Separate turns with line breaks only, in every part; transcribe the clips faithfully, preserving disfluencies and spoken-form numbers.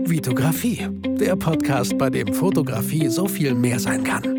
Vitografie, der Podcast, bei dem Fotografie so viel mehr sein kann.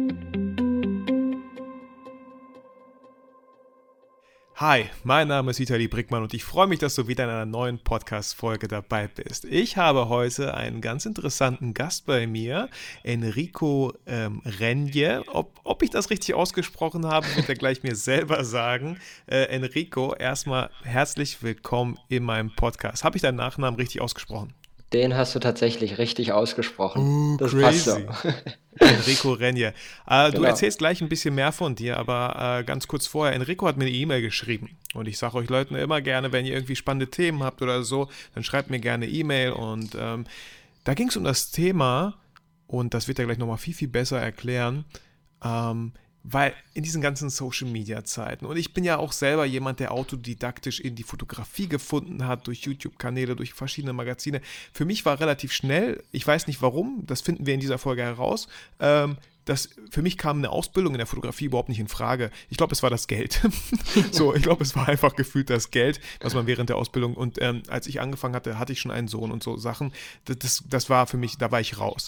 Hi, mein Name ist Vitali Brickmann und ich freue mich, dass du wieder in einer neuen Podcast-Folge dabei bist. Ich habe heute einen ganz interessanten Gast bei mir, Enrico ähm, Renje. Ob, ob ich das richtig ausgesprochen habe, wird er gleich mir selber sagen. Äh, Enrico, erstmal herzlich willkommen in meinem Podcast. Habe ich deinen Nachnamen richtig ausgesprochen?
Den hast du tatsächlich richtig ausgesprochen.
Oh,
das
crazy.
passt so.
Enrico Renje. Äh,
Genau.
Du erzählst gleich ein bisschen mehr von dir, aber äh, ganz kurz vorher, Enrico hat mir eine E-Mail geschrieben und ich sage euch Leuten immer gerne, wenn ihr irgendwie spannende Themen habt oder so, dann schreibt mir gerne E-Mail und ähm, da ging es um das Thema und das wird er gleich nochmal viel, viel besser erklären, ähm, weil in diesen ganzen Social-Media-Zeiten, und ich bin ja auch selber jemand, der autodidaktisch in die Fotografie gefunden hat, durch YouTube-Kanäle, durch verschiedene Magazine. Für mich war relativ schnell, ich weiß nicht warum, das finden wir in dieser Folge heraus, ähm, dass für mich kam eine Ausbildung in der Fotografie überhaupt nicht in Frage. Ich glaube, es war das Geld. so, ich glaube, es war einfach gefühlt das Geld, was man während der Ausbildung, und ähm, als ich angefangen hatte, hatte ich schon einen Sohn und so Sachen. Das, das, das war für mich, da war ich raus.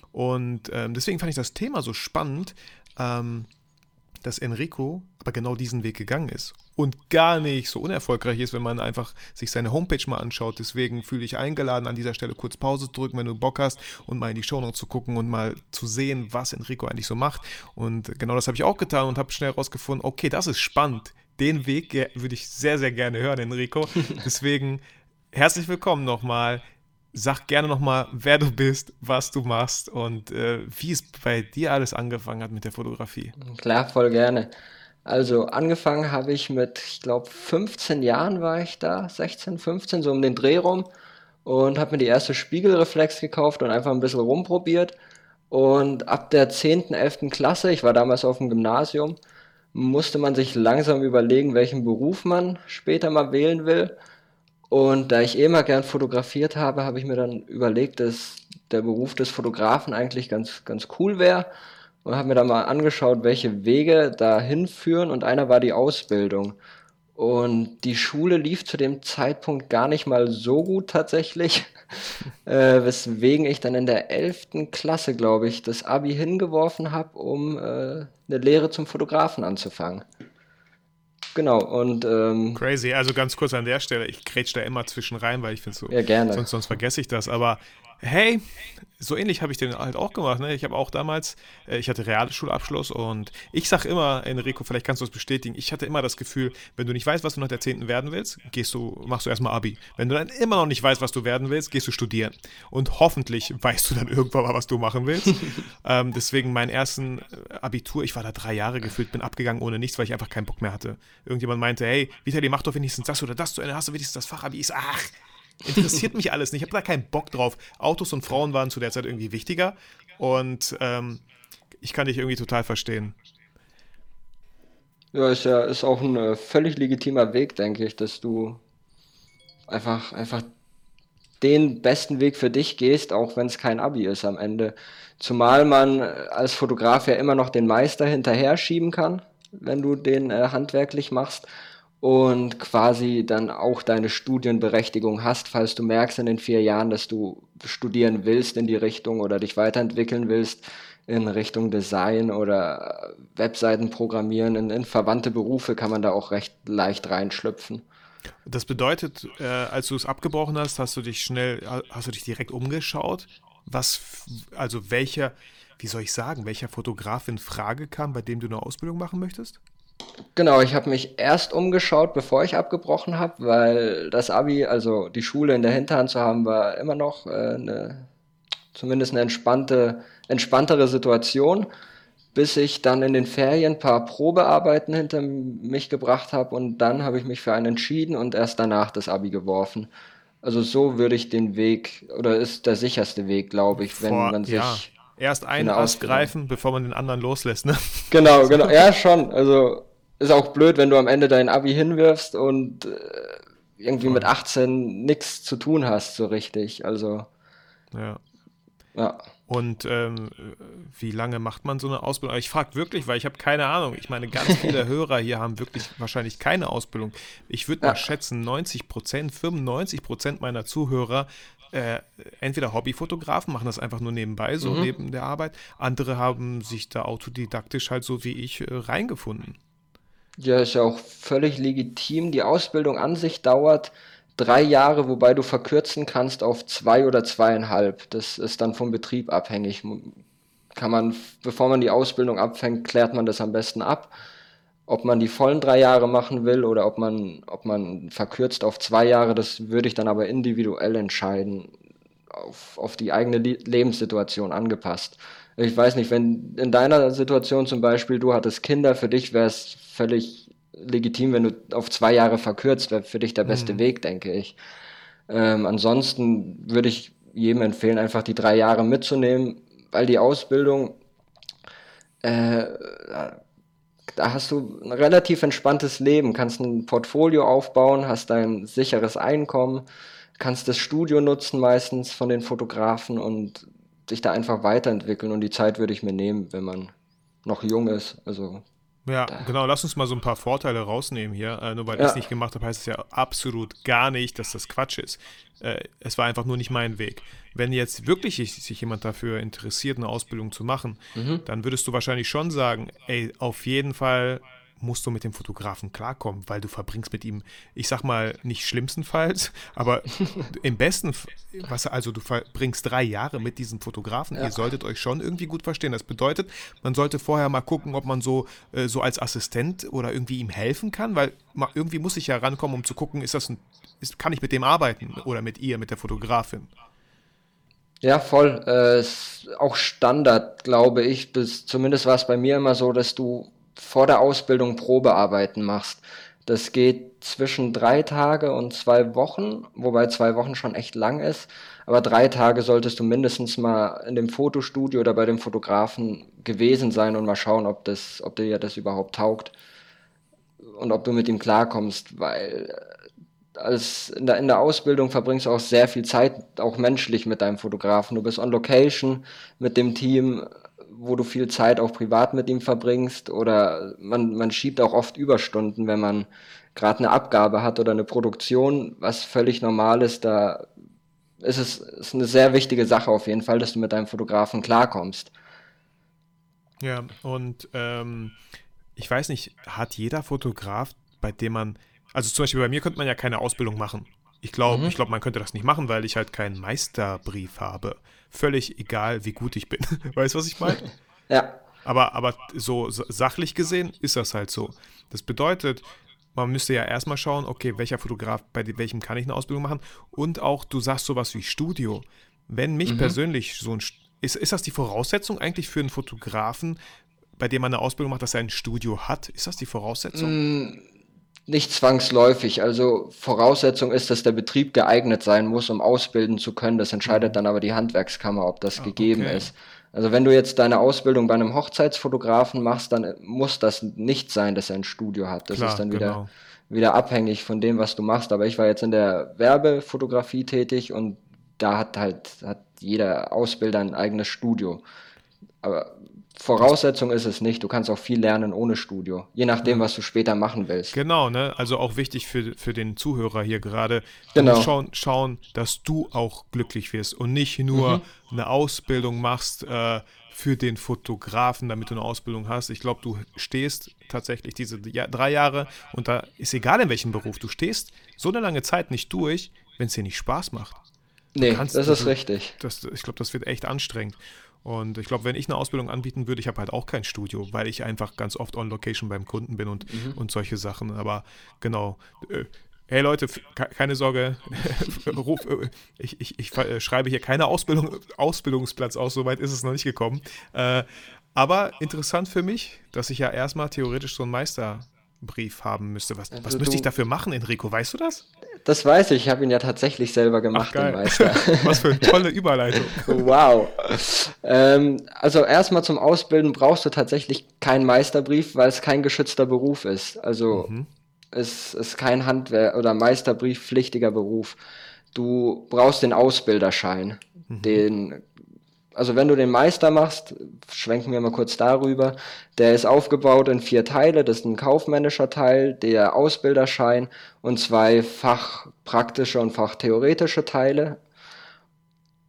Und ähm, deswegen fand ich das Thema so spannend, ähm, dass Enrico aber genau diesen Weg gegangen ist und gar nicht so unerfolgreich ist, wenn man einfach sich seine Homepage mal anschaut. Deswegen fühle ich eingeladen, an dieser Stelle kurz Pause zu drücken, wenn du Bock hast und mal in die Shownotes zu gucken und mal zu sehen, was Enrico eigentlich so macht. Und genau das habe ich auch getan und habe schnell herausgefunden, okay, das ist spannend. Den Weg ge- würde ich sehr, sehr gerne hören, Enrico. Deswegen herzlich willkommen nochmal. Sag gerne nochmal, wer du bist, was du machst und äh, wie es bei dir alles angefangen hat mit der Fotografie.
Klar, voll gerne. Also angefangen habe ich mit, ich glaube, fünfzehn Jahren war ich da, sechzehn, fünfzehn, so um den Dreh rum und habe mir die erste Spiegelreflex gekauft und einfach ein bisschen rumprobiert. Und ab der zehnten, elften Klasse, ich war damals auf dem Gymnasium, musste man sich langsam überlegen, welchen Beruf man später mal wählen will. Und da ich eh mal gern fotografiert habe, habe ich mir dann überlegt, dass der Beruf des Fotografen eigentlich ganz, ganz cool wäre und habe mir dann mal angeschaut, welche Wege dahin führen, und einer war die Ausbildung. Und die Schule lief zu dem Zeitpunkt gar nicht mal so gut tatsächlich, äh, weswegen ich dann in der elften Klasse, glaube ich, das Abi hingeworfen habe, um äh, eine Lehre zum Fotografen anzufangen. Genau, und ähm,
Crazy, also ganz kurz an der Stelle, ich grätsch da immer zwischen rein, weil ich finde so,
ja, gerne.
sonst, sonst vergesse ich das, aber hey, so ähnlich habe ich den halt auch gemacht, ne? Ich habe auch damals, äh, ich hatte Realschulabschluss und ich sage immer, Enrico, vielleicht kannst du es bestätigen, ich hatte immer das Gefühl, wenn du nicht weißt, was du nach der zehnten werden willst, gehst du, machst du erstmal Abi. Wenn du dann immer noch nicht weißt, was du werden willst, gehst du studieren. Und hoffentlich weißt du dann irgendwann mal, was du machen willst. ähm, deswegen mein ersten Abitur, ich war da drei Jahre gefühlt, bin abgegangen ohne nichts, weil ich einfach keinen Bock mehr hatte. Irgendjemand meinte, hey, Vitali, mach doch wenigstens das oder das zu Ende, hast du wenigstens das Fachabi? Ich so, ach, interessiert mich alles nicht, ich habe da keinen Bock drauf. Autos und Frauen waren zu der Zeit irgendwie wichtiger und ähm, ich kann dich irgendwie total verstehen.
Ja, ist ja ist auch ein äh, völlig legitimer Weg, denke ich, dass du einfach, einfach den besten Weg für dich gehst, auch wenn es kein Abi ist am Ende. Zumal man äh, als Fotograf ja immer noch den Meister hinterher schieben kann, wenn du den äh, handwerklich machst, und quasi dann auch deine Studienberechtigung hast, falls du merkst in den vier Jahren, dass du studieren willst in die Richtung oder dich weiterentwickeln willst in Richtung Design oder Webseiten programmieren. In, in verwandte Berufe kann man da auch recht leicht reinschlüpfen.
Das bedeutet, äh, als du es abgebrochen hast, hast du dich schnell, hast du dich direkt umgeschaut, was, f- also welcher, wie soll ich sagen, welcher Fotograf in Frage kam, bei dem du eine Ausbildung machen möchtest?
Genau, ich habe mich erst umgeschaut, bevor ich abgebrochen habe, weil das Abi, also die Schule in der Hinterhand zu haben, war immer noch äh, eine, zumindest eine entspannte, entspanntere Situation, bis ich dann in den Ferien ein paar Probearbeiten hinter mich gebracht habe, und dann habe ich mich für einen entschieden und erst danach das Abi geworfen. Also so würde ich den Weg, oder ist der sicherste Weg, glaube ich, wenn
Vor,
man
ja,
sich
erst
für
einen
eine
Ast
Ausbildung.
greifen, bevor man den anderen loslässt, ne?
Genau, genau, ja schon. Also ist auch blöd, wenn du am Ende dein Abi hinwirfst und äh, irgendwie mit
Voll,
achtzehn nichts zu tun hast, so richtig. Also,
ja.
ja.
Und ähm, wie lange macht man so eine Ausbildung? Ich frage wirklich, weil ich habe keine Ahnung. Ich meine, ganz viele Hörer hier haben wirklich wahrscheinlich keine Ausbildung. Ich würde mal
Ja,
schätzen, neunzig Prozent, fünfundneunzig Prozent meiner Zuhörer äh, entweder Hobbyfotografen, machen das einfach nur nebenbei, so
Mhm.
neben der Arbeit. Andere haben sich da autodidaktisch halt so wie ich äh, reingefunden.
Ja, ist ja auch völlig legitim. Die Ausbildung an sich dauert drei Jahre, wobei du verkürzen kannst auf zwei oder zweieinhalb. Das ist dann vom Betrieb abhängig. Kann man, bevor man die Ausbildung abfängt, klärt man das am besten ab, ob man die vollen drei Jahre machen will oder ob man, ob man verkürzt auf zwei Jahre. Das würde ich dann aber individuell entscheiden, auf, auf die eigene Le Lebenssituation angepasst. Ich weiß nicht, wenn in deiner Situation zum Beispiel, du hattest Kinder, für dich wäre es völlig legitim, wenn du auf zwei Jahre verkürzt, wäre für dich der beste
Mhm.
Weg, denke ich. Ähm, ansonsten würde ich jedem empfehlen, einfach die drei Jahre mitzunehmen, weil die Ausbildung, äh, da hast du ein relativ entspanntes Leben, kannst ein Portfolio aufbauen, hast ein sicheres Einkommen, kannst das Studio nutzen meistens von den Fotografen und sich da einfach weiterentwickeln und die Zeit würde ich mir nehmen, wenn man noch jung ist. Also,
Ja,
da,
genau, lass uns mal so ein paar Vorteile rausnehmen hier. Äh, nur weil ich es
ja,
nicht gemacht habe, heißt es ja absolut gar nicht, dass das Quatsch ist. Äh, es war einfach nur nicht mein Weg. Wenn jetzt wirklich ich- sich jemand dafür interessiert, eine Ausbildung zu machen,
mhm.
dann würdest du wahrscheinlich schon sagen, ey, auf jeden Fall musst du mit dem Fotografen klarkommen, weil du verbringst mit ihm, ich sag mal, nicht schlimmstenfalls, aber im besten, F- was, also du verbringst drei Jahre mit diesem Fotografen, ihr
Ja.
solltet euch schon irgendwie gut verstehen. Das bedeutet, man sollte vorher mal gucken, ob man so, äh, so als Assistent oder irgendwie ihm helfen kann, weil ma- irgendwie muss ich ja rankommen, um zu gucken, ist das ein, ist, kann ich mit dem arbeiten oder mit ihr, mit der Fotografin.
Ja, voll. Äh, ist auch Standard, glaube ich. Bis, zumindest war es bei mir immer so, dass du vor der Ausbildung Probearbeiten machst. Das geht zwischen drei Tage und zwei Wochen, wobei zwei Wochen schon echt lang ist. Aber drei Tage solltest du mindestens mal in dem Fotostudio oder bei dem Fotografen gewesen sein und mal schauen, ob das, ob dir das überhaupt taugt und ob du mit ihm klarkommst, weil als in der, in der Ausbildung verbringst du auch sehr viel Zeit, auch menschlich mit deinem Fotografen. Du bist on Location mit dem Team, wo du viel Zeit auch privat mit ihm verbringst. Oder man, man schiebt auch oft Überstunden, wenn man gerade eine Abgabe hat oder eine Produktion, was völlig normal ist. Da ist es ist eine sehr wichtige Sache auf jeden Fall, dass du mit deinem Fotografen klarkommst.
Ja, und ähm, ich weiß nicht, hat jeder Fotograf, bei dem man, also zum Beispiel bei mir könnte man ja keine Ausbildung machen. Ich glaube,
Mhm.
ich glaube, man könnte das nicht machen, weil ich halt keinen Meisterbrief habe. Völlig egal, wie gut ich bin. Weißt du, was ich meine?
Ja,
Aber, aber so sa- sachlich gesehen ist das halt so. Das bedeutet, man müsste ja erstmal schauen, okay, welcher Fotograf, bei de- welchem kann ich eine Ausbildung machen? Und auch, du sagst sowas wie Studio. Wenn mich
mhm.
persönlich so ein, St- ist, ist das die Voraussetzung eigentlich für einen Fotografen, bei dem man eine Ausbildung macht, dass er ein Studio hat? Ist das die Voraussetzung?
Mm, Nicht zwangsläufig. Also Voraussetzung ist, dass der Betrieb geeignet sein muss, um ausbilden zu können. Das entscheidet
Mhm.
dann aber die Handwerkskammer, ob das
Ah,
gegeben
okay.
ist. Also wenn du jetzt deine Ausbildung bei einem Hochzeitsfotografen machst, dann muss das nicht sein, dass er ein Studio hat. Das ist
Klar,
dann wieder,
genau.
wieder abhängig von dem, was du machst. Aber ich war jetzt in der Werbefotografie tätig und da hat halt hat jeder Ausbilder ein eigenes Studio. Aber
Das,
Voraussetzung ist es nicht. Du kannst auch viel lernen ohne Studio. Je nachdem,
ja.
was du später machen willst.
Genau, ne? Also auch wichtig für, für den Zuhörer hier gerade. Du musst
Genau.
schauen, schauen, dass du auch glücklich wirst und nicht nur
Mhm.
eine Ausbildung machst äh, für den Fotografen, damit du eine Ausbildung hast. Ich glaube, du stehst tatsächlich diese ja, drei Jahre und da ist egal in welchem Beruf, du stehst so eine lange Zeit nicht durch, wenn es dir nicht Spaß macht. Du
Nee,
kannst,
das
du,
ist
du,
richtig.
das, ich glaube, das wird echt anstrengend. Und ich glaube, wenn ich eine Ausbildung anbieten würde, ich habe halt auch kein Studio, weil ich einfach ganz oft on Location beim Kunden bin und,
Mhm.
und solche Sachen. Aber genau. Äh, hey Leute, f- ke- keine Sorge, Ruf, äh, ich, ich, ich ver- äh, schreibe hier keine Ausbildung, Ausbildungsplatz aus, soweit ist es noch nicht gekommen. Äh, aber interessant für mich, dass ich ja erstmal theoretisch so einen Meisterbrief haben müsste. Was, was
Also
müsste ich
du,
dafür machen, Enrico? Weißt du das?
das weiß ich, ich habe ihn ja tatsächlich selber
Ach
gemacht, den
geil.
Meister.
Was für eine tolle Überleitung.
Wow. Ähm, also erstmal zum Ausbilden brauchst du tatsächlich keinen Meisterbrief, weil es kein geschützter Beruf ist. Also
Mhm.
es ist kein Handwerk- oder Meisterbrief-pflichtiger Beruf. Du brauchst den Ausbilderschein.
Mhm.
Den, also wenn du den Meister machst, schwenken wir mal kurz darüber, der ist aufgebaut in vier Teile. Das ist ein kaufmännischer Teil, der Ausbilderschein und zwei fachpraktische und fachtheoretische Teile.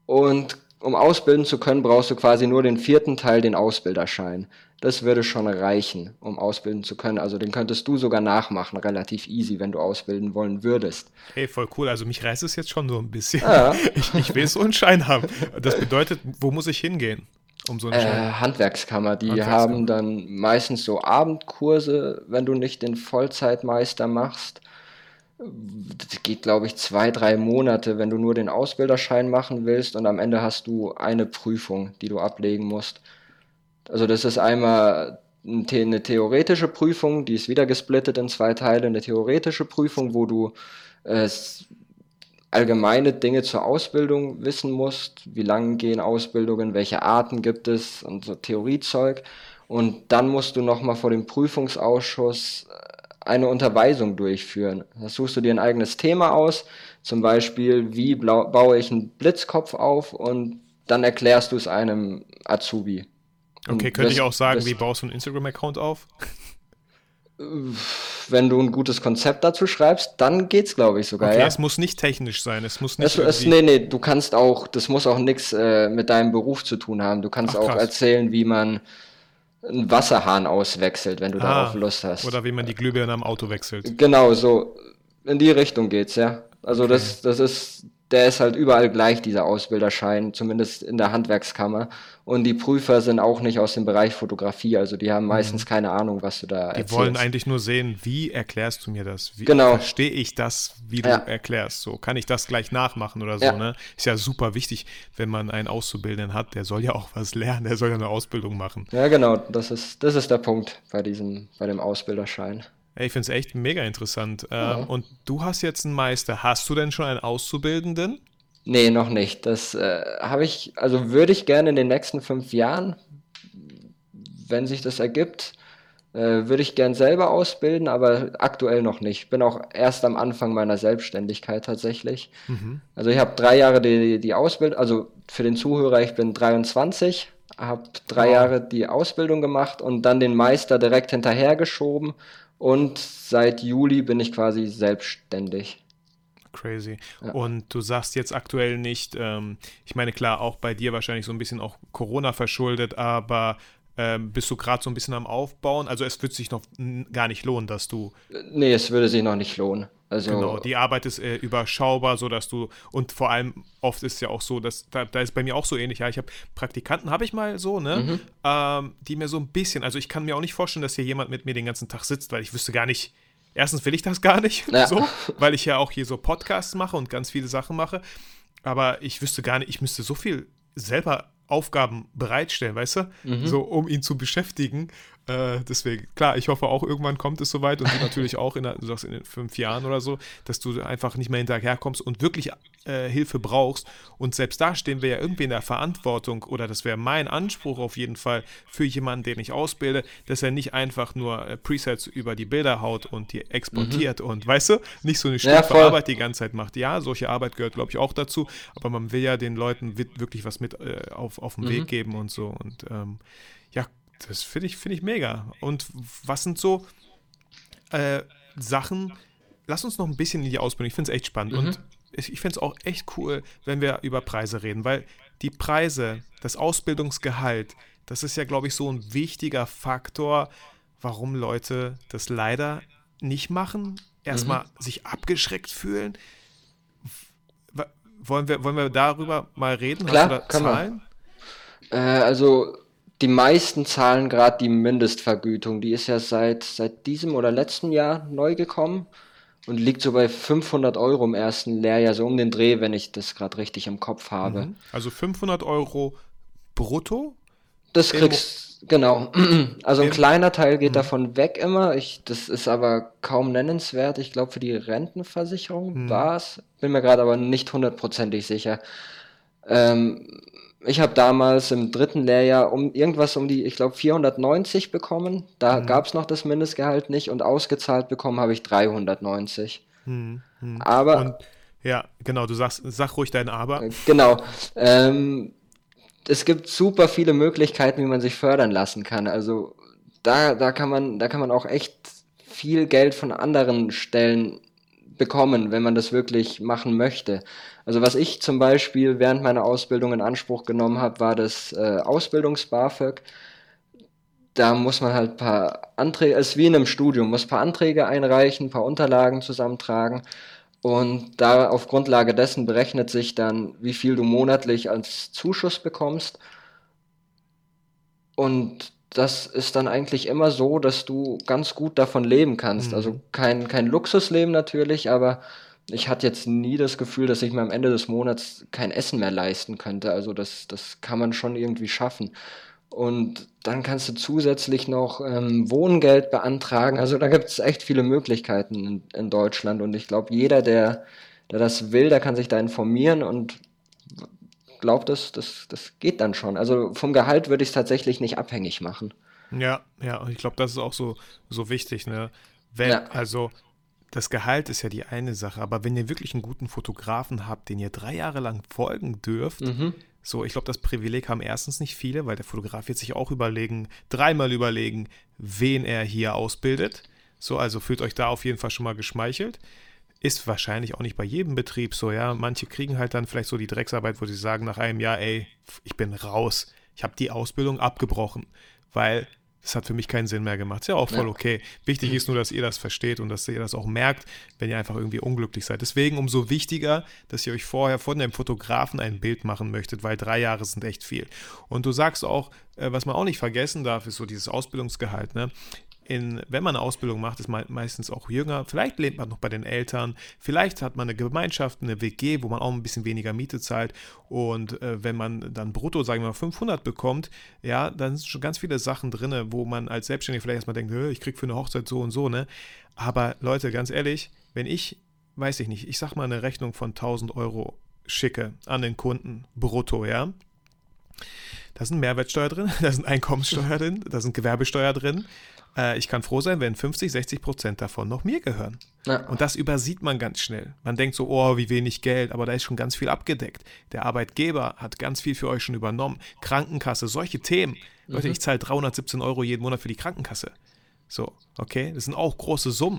Und um ausbilden zu können, brauchst du quasi nur den vierten Teil, den Ausbilderschein. Das würde schon reichen, um ausbilden zu können. Also den könntest du sogar nachmachen, relativ easy, wenn du ausbilden wollen würdest.
Hey, voll cool. Also mich reißt es jetzt schon so ein bisschen.
Ja.
Ich, ich will so einen Schein haben. Das bedeutet, wo muss ich hingehen, um so einen
Äh,
Schein?
Handwerkskammer, die
Handwerkskammer.
haben dann meistens so Abendkurse, wenn du nicht den Vollzeitmeister machst. Das geht, glaube ich, zwei, drei Monate, wenn du nur den Ausbilderschein machen willst und am Ende hast du eine Prüfung, die du ablegen musst. Also das ist einmal ein The- eine theoretische Prüfung, die ist wieder gesplittet in zwei Teile. Eine theoretische Prüfung, wo du äh, s- allgemeine Dinge zur Ausbildung wissen musst, wie lang gehen Ausbildungen, welche Arten gibt es und so Theoriezeug. Und dann musst du nochmal vor dem Prüfungsausschuss äh, eine Unterweisung durchführen. Da suchst du dir ein eigenes Thema aus, zum Beispiel, wie blau- baue ich einen Blitzkopf auf und dann erklärst du es einem Azubi.
Okay,
Und
könnte ich
wirst-
auch sagen,
wirst-
wie baust du einen Instagram-Account auf?
Wenn du ein gutes Konzept dazu schreibst, dann geht's, glaube ich, sogar,
Okay,
ja.
es muss nicht technisch sein. Es muss nicht
Es, es,
irgendwie...
nee, nee, du kannst auch, das muss auch nichts äh, mit deinem Beruf zu tun haben. Du kannst
Ach,
auch
krass.
erzählen, wie man einen Wasserhahn auswechselt, wenn du darauf
Ah,
Lust hast.
oder wie man die Glühbirne am Auto wechselt.
Genau, so in die Richtung geht's, ja. Also
Okay.
das, das ist, der ist halt überall gleich, dieser Ausbilderschein, zumindest in der Handwerkskammer. Und die Prüfer sind auch nicht aus dem Bereich Fotografie, also die haben meistens keine Ahnung, was du da
Mhm. Die
erzählst.
wollen eigentlich nur sehen, wie erklärst du mir das? Wie
Genau.
verstehe ich das, wie du
Ja.
erklärst? So, kann ich das gleich nachmachen oder so,
Ja.
ne? Ist ja super wichtig, wenn man einen Auszubildenden hat, der soll ja auch was lernen, der soll ja eine Ausbildung machen.
Ja, genau, das ist, das ist der Punkt bei diesem, bei dem Ausbilderschein.
Ey, ich finde es echt mega interessant.
Ja.
Ähm, und du hast jetzt einen Meister. Hast du denn schon einen Auszubildenden?
Nee, noch nicht. Das äh, habe ich, also würde ich gerne in den nächsten fünf Jahren, wenn sich das ergibt, äh, würde ich gern selber ausbilden, aber aktuell noch nicht. Bin auch erst am Anfang meiner Selbstständigkeit tatsächlich. Also ich habe drei Jahre die, die Ausbildung, also für den Zuhörer, ich bin dreiundzwanzig, habe drei
Wow.
Jahre die Ausbildung gemacht und dann den Meister direkt hinterhergeschoben und seit Juli bin ich quasi selbstständig.
Crazy.
Ja.
Und du sagst jetzt aktuell nicht, ähm, ich meine, klar, auch bei dir wahrscheinlich so ein bisschen auch Corona verschuldet, aber ähm, bist du gerade so ein bisschen am Aufbauen? Also es wird sich noch n- gar nicht lohnen, dass du,
Nee, es würde sich noch nicht lohnen. Also
genau, die Arbeit ist äh, überschaubar, so dass du, und vor allem oft ist es ja auch so, dass, da, da ist bei mir auch so ähnlich, ja, ich habe Praktikanten, habe ich mal so, ne,
Mhm.
ähm, die mir so ein bisschen, also ich kann mir auch nicht vorstellen, dass hier jemand mit mir den ganzen Tag sitzt, weil ich wüsste gar nicht, erstens will ich das gar nicht,
Ja.
so, weil ich ja auch hier so Podcasts mache und ganz viele Sachen mache, aber ich wüsste gar nicht, ich müsste so viel selber Aufgaben bereitstellen, weißt du,
Mhm.
so um ihn zu beschäftigen. Äh, deswegen, klar, ich hoffe auch, irgendwann kommt es soweit und du natürlich auch in, der, du sagst in den fünf Jahren oder so, dass du einfach nicht mehr hinterherkommst und wirklich äh, Hilfe brauchst. Und selbst da stehen wir ja irgendwie in der Verantwortung, oder das wäre mein Anspruch auf jeden Fall für jemanden, den ich ausbilde, dass er nicht einfach nur äh, Presets über die Bilder haut und die exportiert und, weißt du, nicht so eine
Ja,
stumpfe
voll.
Arbeit die ganze Zeit macht. Ja, solche Arbeit gehört, glaube ich, auch dazu, aber man will ja den Leuten wi- wirklich was mit äh, auf, auf den Weg geben und so. Und ähm, ja, das finde ich, finde ich mega. Und was sind so äh, Sachen, lass uns noch ein bisschen in die Ausbildung, ich finde es echt spannend und ich, ich finde es auch echt cool, wenn wir über Preise reden, weil die Preise, das Ausbildungsgehalt, das ist ja, glaube ich, so ein wichtiger Faktor, warum Leute das leider nicht machen, erstmal sich abgeschreckt fühlen. W- Wollen wir, wollen wir darüber mal reden?
Klar,
Hast du da
können wir.
Zahlen?
Äh, also die meisten zahlen gerade die Mindestvergütung. Die ist ja seit, seit diesem oder letzten Jahr neu gekommen und liegt so bei fünfhundert Euro im ersten Lehrjahr, so um den Dreh, wenn ich das gerade richtig im Kopf habe.
Also fünfhundert Euro brutto?
Das
Im-
kriegst, genau. Also ein
Im-
kleiner Teil geht davon weg immer. Ich, das ist aber kaum nennenswert. Ich glaube, für die Rentenversicherung war es. Bin mir gerade aber nicht hundertprozentig sicher. Ähm, ich habe damals im dritten Lehrjahr um irgendwas um die, ich glaube, vierhundertneunzig bekommen. Da gab es noch das Mindestgehalt nicht und ausgezahlt bekommen habe ich dreihundertneunzig. Aber
Und ja, genau, du sagst, sag ruhig dein Aber.
genau. Ähm, es gibt super viele Möglichkeiten, wie man sich fördern lassen kann. Also da, da kann man, da kann man auch echt viel Geld von anderen Stellen bekommen, wenn man das wirklich machen möchte. Also was ich zum Beispiel während meiner Ausbildung in Anspruch genommen habe, war das äh, Ausbildungs-BAföG. Da muss man halt ein paar Anträge, es ist wie in einem Studium, muss ein paar Anträge einreichen, ein paar Unterlagen zusammentragen und da auf Grundlage dessen berechnet sich dann, wie viel du monatlich als Zuschuss bekommst. Und das ist dann eigentlich immer so, dass du ganz gut davon leben kannst.
Mhm.
Also kein, kein Luxusleben natürlich, aber ich hatte jetzt nie das Gefühl, dass ich mir am Ende des Monats kein Essen mehr leisten könnte. Also das, das kann man schon irgendwie schaffen. Und dann kannst du zusätzlich noch ähm, Wohngeld beantragen. Also da gibt es echt viele Möglichkeiten in, in Deutschland. Und ich glaube, jeder, der, der das will, der kann sich da informieren und glaubt, das, das, das geht dann schon. Also vom Gehalt würde ich es tatsächlich nicht abhängig machen.
Ja, ja, und ich glaube, das ist auch so, so wichtig, ne? Wenn,
Ja.
also, das Gehalt ist ja die eine Sache, aber wenn ihr wirklich einen guten Fotografen habt, den ihr drei Jahre lang folgen dürft,
Mhm.
so, ich glaube, das Privileg haben erstens nicht viele, weil der Fotograf wird sich auch überlegen, dreimal überlegen, wen er hier ausbildet. So, also fühlt euch da auf jeden Fall schon mal geschmeichelt. Ist wahrscheinlich auch nicht bei jedem Betrieb so, ja. Manche kriegen halt dann vielleicht so die Drecksarbeit, wo sie sagen nach einem Jahr, ey, ich bin raus. Ich habe die Ausbildung abgebrochen, weil das hat für mich keinen Sinn mehr gemacht. Ist ja auch voll
Ja.
okay. Wichtig ist nur, dass ihr das versteht und dass ihr das auch merkt, wenn ihr einfach irgendwie unglücklich seid. Deswegen umso wichtiger, dass ihr euch vorher von dem Fotografen ein Bild machen möchtet, weil drei Jahre sind echt viel. Und du sagst auch, äh, was man auch nicht vergessen darf, ist so dieses Ausbildungsgehalt, ne? In, wenn man eine Ausbildung macht, ist man meistens auch jünger. Vielleicht lebt man noch bei den Eltern. Vielleicht hat man eine Gemeinschaft, eine W G, wo man auch ein bisschen weniger Miete zahlt. Und äh, wenn man dann brutto, sagen wir mal, fünfhundert bekommt, ja, dann sind schon ganz viele Sachen drin, wo man als Selbstständiger vielleicht erstmal denkt, ich kriege für eine Hochzeit so und so, ne? Aber Leute, ganz ehrlich, wenn ich, weiß ich nicht, ich sag mal eine Rechnung von tausend Euro schicke an den Kunden, brutto, ja, da sind Mehrwertsteuer drin, da sind Einkommenssteuer drin, da sind Gewerbesteuer drin. Äh, ich kann froh sein, wenn fünfzig, sechzig Prozent davon noch mir gehören.
Ja.
Und das übersieht man ganz schnell. Man denkt so, oh, wie wenig Geld, aber da ist schon ganz viel abgedeckt. Der Arbeitgeber hat ganz viel für euch schon übernommen. Krankenkasse, solche Themen. Leute, ich zahle dreihundertsiebzehn Euro jeden Monat für die Krankenkasse. So, okay, das sind auch große Summen.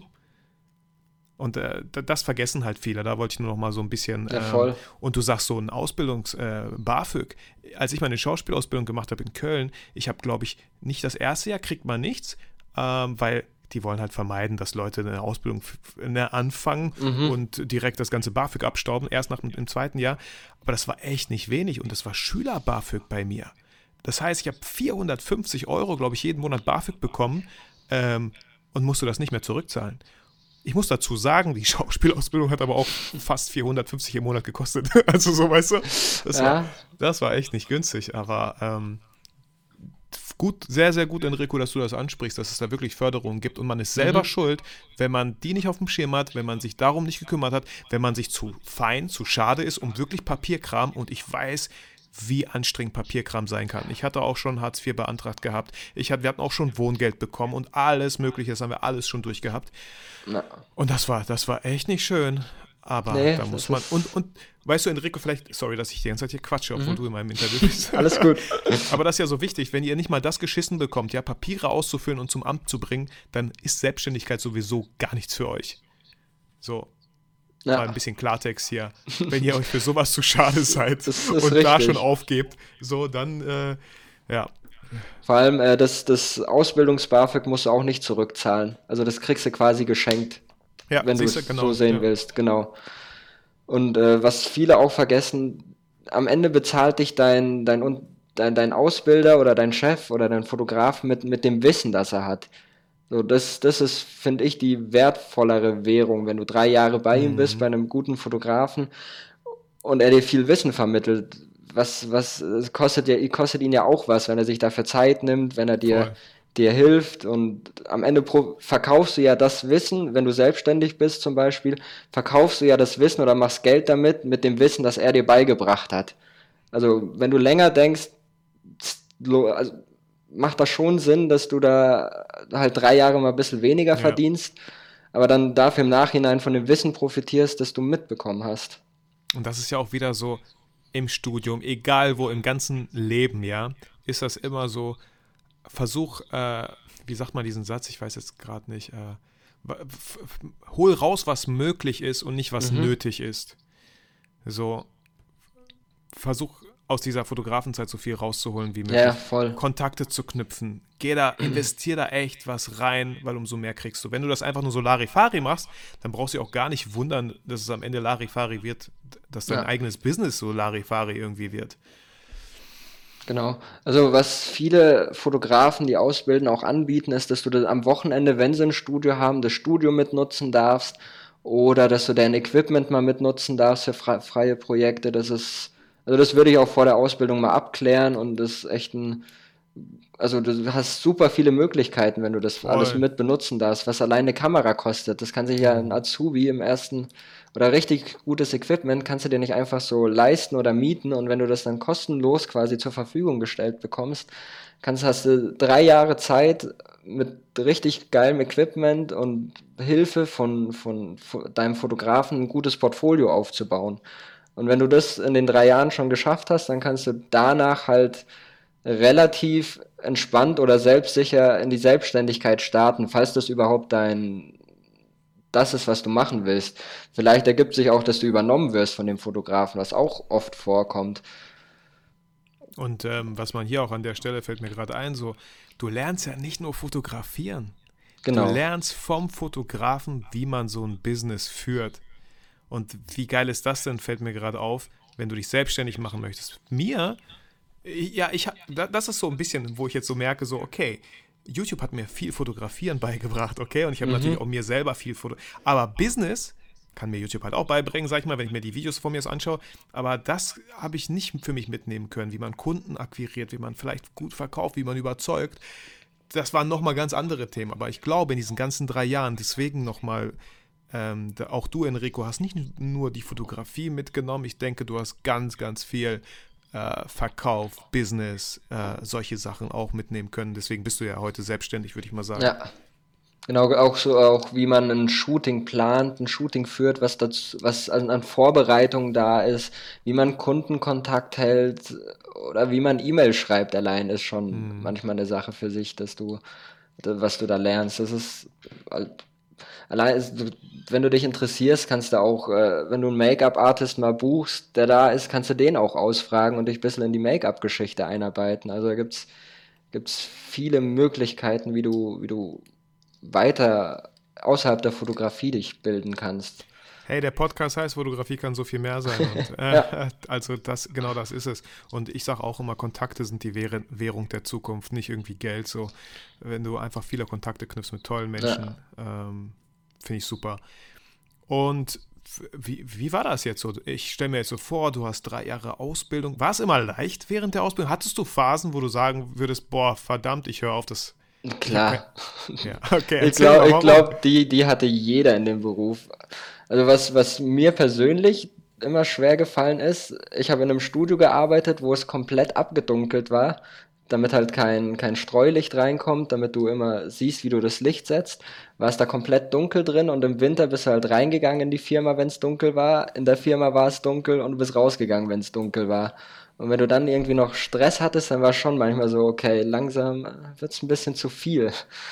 Und äh, das vergessen halt viele. Da wollte ich nur noch mal so ein bisschen.
Ja, voll.
Ähm, und du sagst so ein Ausbildungs-BAföG. Äh, Als ich meine Schauspielausbildung gemacht habe in Köln, ich habe, glaube ich, nicht das erste Jahr kriegt man nichts, ähm, weil die wollen halt vermeiden, dass Leute eine Ausbildung f- ne, anfangen
Mhm.
und direkt das ganze BAföG abstauben, erst nach dem im zweiten Jahr. Aber das war echt nicht wenig und das war Schüler-BAföG bei mir. Das heißt, ich habe vierhundertfünfzig Euro, glaube ich, jeden Monat BAföG bekommen ähm, und musste das nicht mehr zurückzahlen. Ich muss dazu sagen, die Schauspielausbildung hat aber auch fast vierhundertfünfzig im Monat gekostet. Also so, weißt du, das,
Ja.
war, das war echt nicht günstig. Aber ähm, gut, sehr, sehr gut, Enrico, dass du das ansprichst, dass es da wirklich Förderungen gibt. Und man ist selber
Mhm.
schuld, wenn man die nicht auf dem Schirm hat, wenn man sich darum nicht gekümmert hat, wenn man sich zu fein, zu schade ist, um wirklich Papierkram. Und ich weiß, wie anstrengend Papierkram sein kann. Ich hatte auch schon Hartz vier beantragt gehabt. Ich hatte, wir hatten auch schon Wohngeld bekommen und alles Mögliche, das haben wir alles schon durchgehabt.
Na,
Und das war, das war echt nicht schön. Aber
Nee,
da
das
muss man.
ist-
Und, und weißt du, Enrico, vielleicht, sorry, dass ich die ganze Zeit hier quatsche, obwohl
Mhm.
du in meinem Interview bist.
alles gut.
Aber das ist ja so wichtig, wenn ihr nicht mal das geschissen bekommt, ja, Papiere auszufüllen und zum Amt zu bringen, dann ist Selbstständigkeit sowieso gar nichts für euch. So,
Ja.
mal ein bisschen Klartext hier. Wenn ihr euch für sowas zu schade seid
Das ist
und da
richtig.
schon aufgebt, so, dann, äh, ja.
Vor allem äh, das, das Ausbildungs-BAföG musst du auch nicht zurückzahlen. Also das kriegst du quasi geschenkt,
Ja,
wenn du es
siehst du, genau,
so sehen
ja.
willst, genau. Und äh, was viele auch vergessen, am Ende bezahlt dich dein, dein, Un- dein, dein Ausbilder oder dein Chef oder dein Fotograf mit, mit dem Wissen, das er hat. So, das, das ist, finde ich, die wertvollere Währung, wenn du drei Jahre bei ihm bist, bei einem guten Fotografen und er dir viel Wissen vermittelt. Was, was es kostet, ja, kostet ihn ja auch was, wenn er sich dafür Zeit nimmt, wenn er dir,
Voll.
dir hilft und am Ende pro, verkaufst du ja das Wissen, wenn du selbstständig bist zum Beispiel, verkaufst du ja das Wissen oder machst Geld damit, mit dem Wissen, das er dir beigebracht hat. Also wenn du länger denkst, lo- also macht das schon Sinn, dass du da halt drei Jahre mal ein bisschen weniger
Ja.
verdienst, aber dann dafür im Nachhinein von dem Wissen profitierst, das du mitbekommen hast.
Und das ist ja auch wieder so im Studium, egal wo, im ganzen Leben, ja, ist das immer so, Versuch, äh, wie sagt man diesen Satz, ich weiß jetzt gerade nicht, äh, f- f- hol raus, was möglich ist und nicht, was
Mhm.
nötig ist. So, versuch aus dieser Fotografenzeit so viel rauszuholen wie möglich.
Ja, voll.
Kontakte zu knüpfen. Geh da, investier da echt was rein, weil umso mehr kriegst du. Wenn du das einfach nur so Larifari machst, dann brauchst du dich auch gar nicht wundern, dass es am Ende Larifari wird, dass dein
Ja.
eigenes Business so Larifari irgendwie wird.
Genau. Also was viele Fotografen, die ausbilden, auch anbieten, ist, dass du das am Wochenende, wenn sie ein Studio haben, das Studio mitnutzen darfst oder dass du dein Equipment mal mitnutzen darfst für fre- freie Projekte. Das ist, also das würde ich auch vor der Ausbildung mal abklären und das ist echt ein, also du hast super viele Möglichkeiten, wenn du das
Voll.
alles mit benutzen darfst, was alleine eine Kamera kostet. Das kann sich ja ein Azubi im ersten oder richtig gutes Equipment kannst du dir nicht einfach so leisten oder mieten und wenn du das dann kostenlos quasi zur Verfügung gestellt bekommst, kannst, hast du drei Jahre Zeit mit richtig geilem Equipment und Hilfe von, von, von deinem Fotografen ein gutes Portfolio aufzubauen. Und wenn du das in den drei Jahren schon geschafft hast, dann kannst du danach halt relativ entspannt oder selbstsicher in die Selbstständigkeit starten, falls das überhaupt dein das ist, was du machen willst. Vielleicht ergibt sich auch, dass du übernommen wirst von dem Fotografen, was auch oft vorkommt.
Und ähm, was man hier auch an der Stelle fällt mir gerade ein, so, du lernst ja nicht nur fotografieren.
Genau.
Du lernst vom Fotografen, wie man so ein Business führt. Und wie geil ist das denn, fällt mir gerade auf, wenn du dich selbstständig machen möchtest. Mir, ja, ich hab- da- das ist so ein bisschen, wo ich jetzt so merke, so, okay, YouTube hat mir viel Fotografieren beigebracht, okay, und ich habe natürlich auch mir selber viel Foto, aber Business kann mir YouTube halt auch beibringen, sag ich mal, wenn ich mir die Videos von mir so anschaue, aber das habe ich nicht für mich mitnehmen können, wie man Kunden akquiriert, wie man vielleicht gut verkauft, wie man überzeugt. Das waren nochmal ganz andere Themen, aber ich glaube, in diesen ganzen drei Jahren, deswegen nochmal, ähm, da, auch du, Enrico, hast nicht nur die Fotografie mitgenommen, ich denke, du hast ganz, ganz viel äh, Verkauf, Business, äh, solche Sachen auch mitnehmen können. Deswegen bist du ja heute selbstständig, würde ich mal sagen.
Ja, genau, auch so auch wie man ein Shooting plant, ein Shooting führt, was dazu, was an, an Vorbereitung da ist, wie man Kundenkontakt hält oder wie man E-Mail schreibt, allein ist schon manchmal eine Sache für sich, dass du, da- was du da lernst. Das ist halt, allein, ist, du- wenn du dich interessierst, kannst du auch, äh, wenn du einen Make-up-Artist mal buchst, der da ist, kannst du den auch ausfragen und dich ein bisschen in die Make-up-Geschichte einarbeiten. Also da gibt's gibt's viele Möglichkeiten, wie du, wie du weiter außerhalb der Fotografie dich bilden kannst.
Hey, der Podcast heißt, Fotografie kann so viel mehr sein. Und, äh,
Ja.
Also das, genau das ist es. Und ich sage auch immer, Kontakte sind die Währ- Währung der Zukunft, nicht irgendwie Geld. So, wenn du einfach viele Kontakte knüpfst mit tollen Menschen, ähm, finde ich super. Und f- wie, wie war das jetzt so? Ich stelle mir jetzt so vor, du hast drei Jahre Ausbildung. War es immer leicht während der Ausbildung? Hattest du Phasen, wo du sagen würdest, boah, verdammt, ich höre auf, das...
Klar.
Ja, okay,
Ich
erzähl
glaube,
mal,
ich
warum?
glaub, die, die hatte jeder in dem Beruf. Also was, was mir persönlich immer schwer gefallen ist, ich habe in einem Studio gearbeitet, wo es komplett abgedunkelt war, damit halt kein, kein Streulicht reinkommt, damit du immer siehst, wie du das Licht setzt, war es da komplett dunkel drin und im Winter bist du halt reingegangen in die Firma, wenn es dunkel war, in der Firma war es dunkel und du bist rausgegangen, wenn es dunkel war. Und wenn du dann irgendwie noch Stress hattest, dann war es schon manchmal so, okay, langsam wird es ein bisschen zu viel.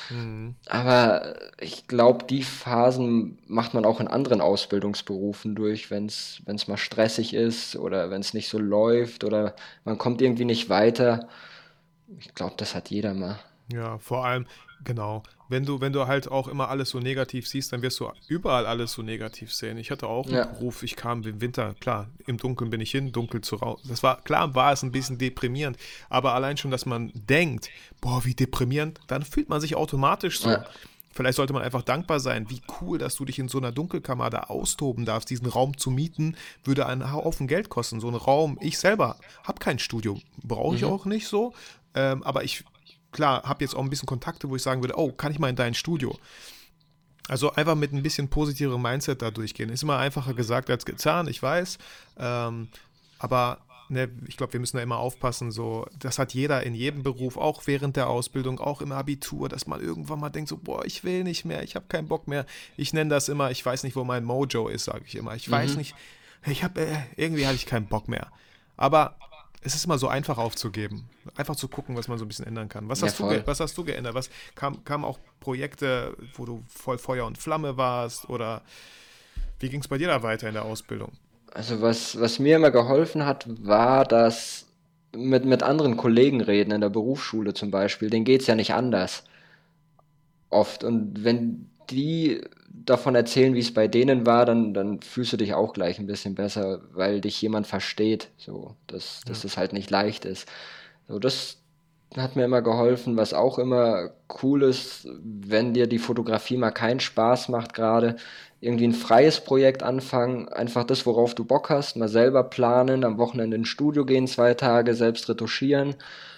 Aber ich glaube, die Phasen macht man auch in anderen Ausbildungsberufen durch, wenn es wenn es mal stressig ist oder wenn es nicht so läuft oder man kommt irgendwie nicht weiter. Ich glaube, das hat jeder mal.
Ja, vor allem, genau. Wenn du, wenn du halt auch immer alles so negativ siehst, dann wirst du überall alles so negativ sehen. Ich hatte auch einen
Ja.
Beruf, ich kam im Winter, klar, im Dunkeln bin ich hin, dunkel zu raus. Das war, klar war es ein bisschen deprimierend, aber allein schon, dass man denkt, boah, wie deprimierend, dann fühlt man sich automatisch so.
Ja.
Vielleicht sollte man einfach dankbar sein, wie cool, dass du dich in so einer Dunkelkammer da austoben darfst. Diesen Raum zu mieten, würde einen Haufen Geld kosten. So ein Raum, ich selber habe kein Studio, brauche ich auch nicht so, ähm, aber ich klar, habe jetzt auch ein bisschen Kontakte, wo ich sagen würde, oh, kann ich mal in dein Studio? Also einfach mit ein bisschen positiverem Mindset da durchgehen. Ist immer einfacher gesagt als getan, ich weiß. Ähm, aber ne, ich glaube, wir müssen da immer aufpassen. So, das hat jeder in jedem Beruf, auch während der Ausbildung, auch im Abitur, dass man irgendwann mal denkt, so, boah, ich will nicht mehr, ich habe keinen Bock mehr. Ich nenne das immer, ich weiß nicht, wo mein Mojo ist, sage ich immer. Ich weiß nicht, ich habe, äh, irgendwie hatte ich keinen Bock mehr. Aber es ist immer so einfach aufzugeben. Einfach zu gucken, was man so ein bisschen ändern kann. Was
Ja,
hast du,
voll.
ge- was hast du geändert? Was kam, kamen auch Projekte, wo du voll Feuer und Flamme warst? Oder wie ging es bei dir da weiter in der Ausbildung?
Also was, was mir immer geholfen hat, war das mit, mit anderen Kollegen reden, in der Berufsschule zum Beispiel. Denen geht's ja nicht anders oft. Und wenn die davon erzählen, wie es bei denen war, dann, dann fühlst du dich auch gleich ein bisschen besser, weil dich jemand versteht, so, dass, dass
Ja.
das halt nicht leicht ist. So, das hat mir immer geholfen, was auch immer cool ist, wenn dir die Fotografie mal keinen Spaß macht gerade, irgendwie ein freies Projekt anfangen, einfach das, worauf du Bock hast, mal selber planen, am Wochenende ins Studio gehen, zwei Tage, selbst retuschieren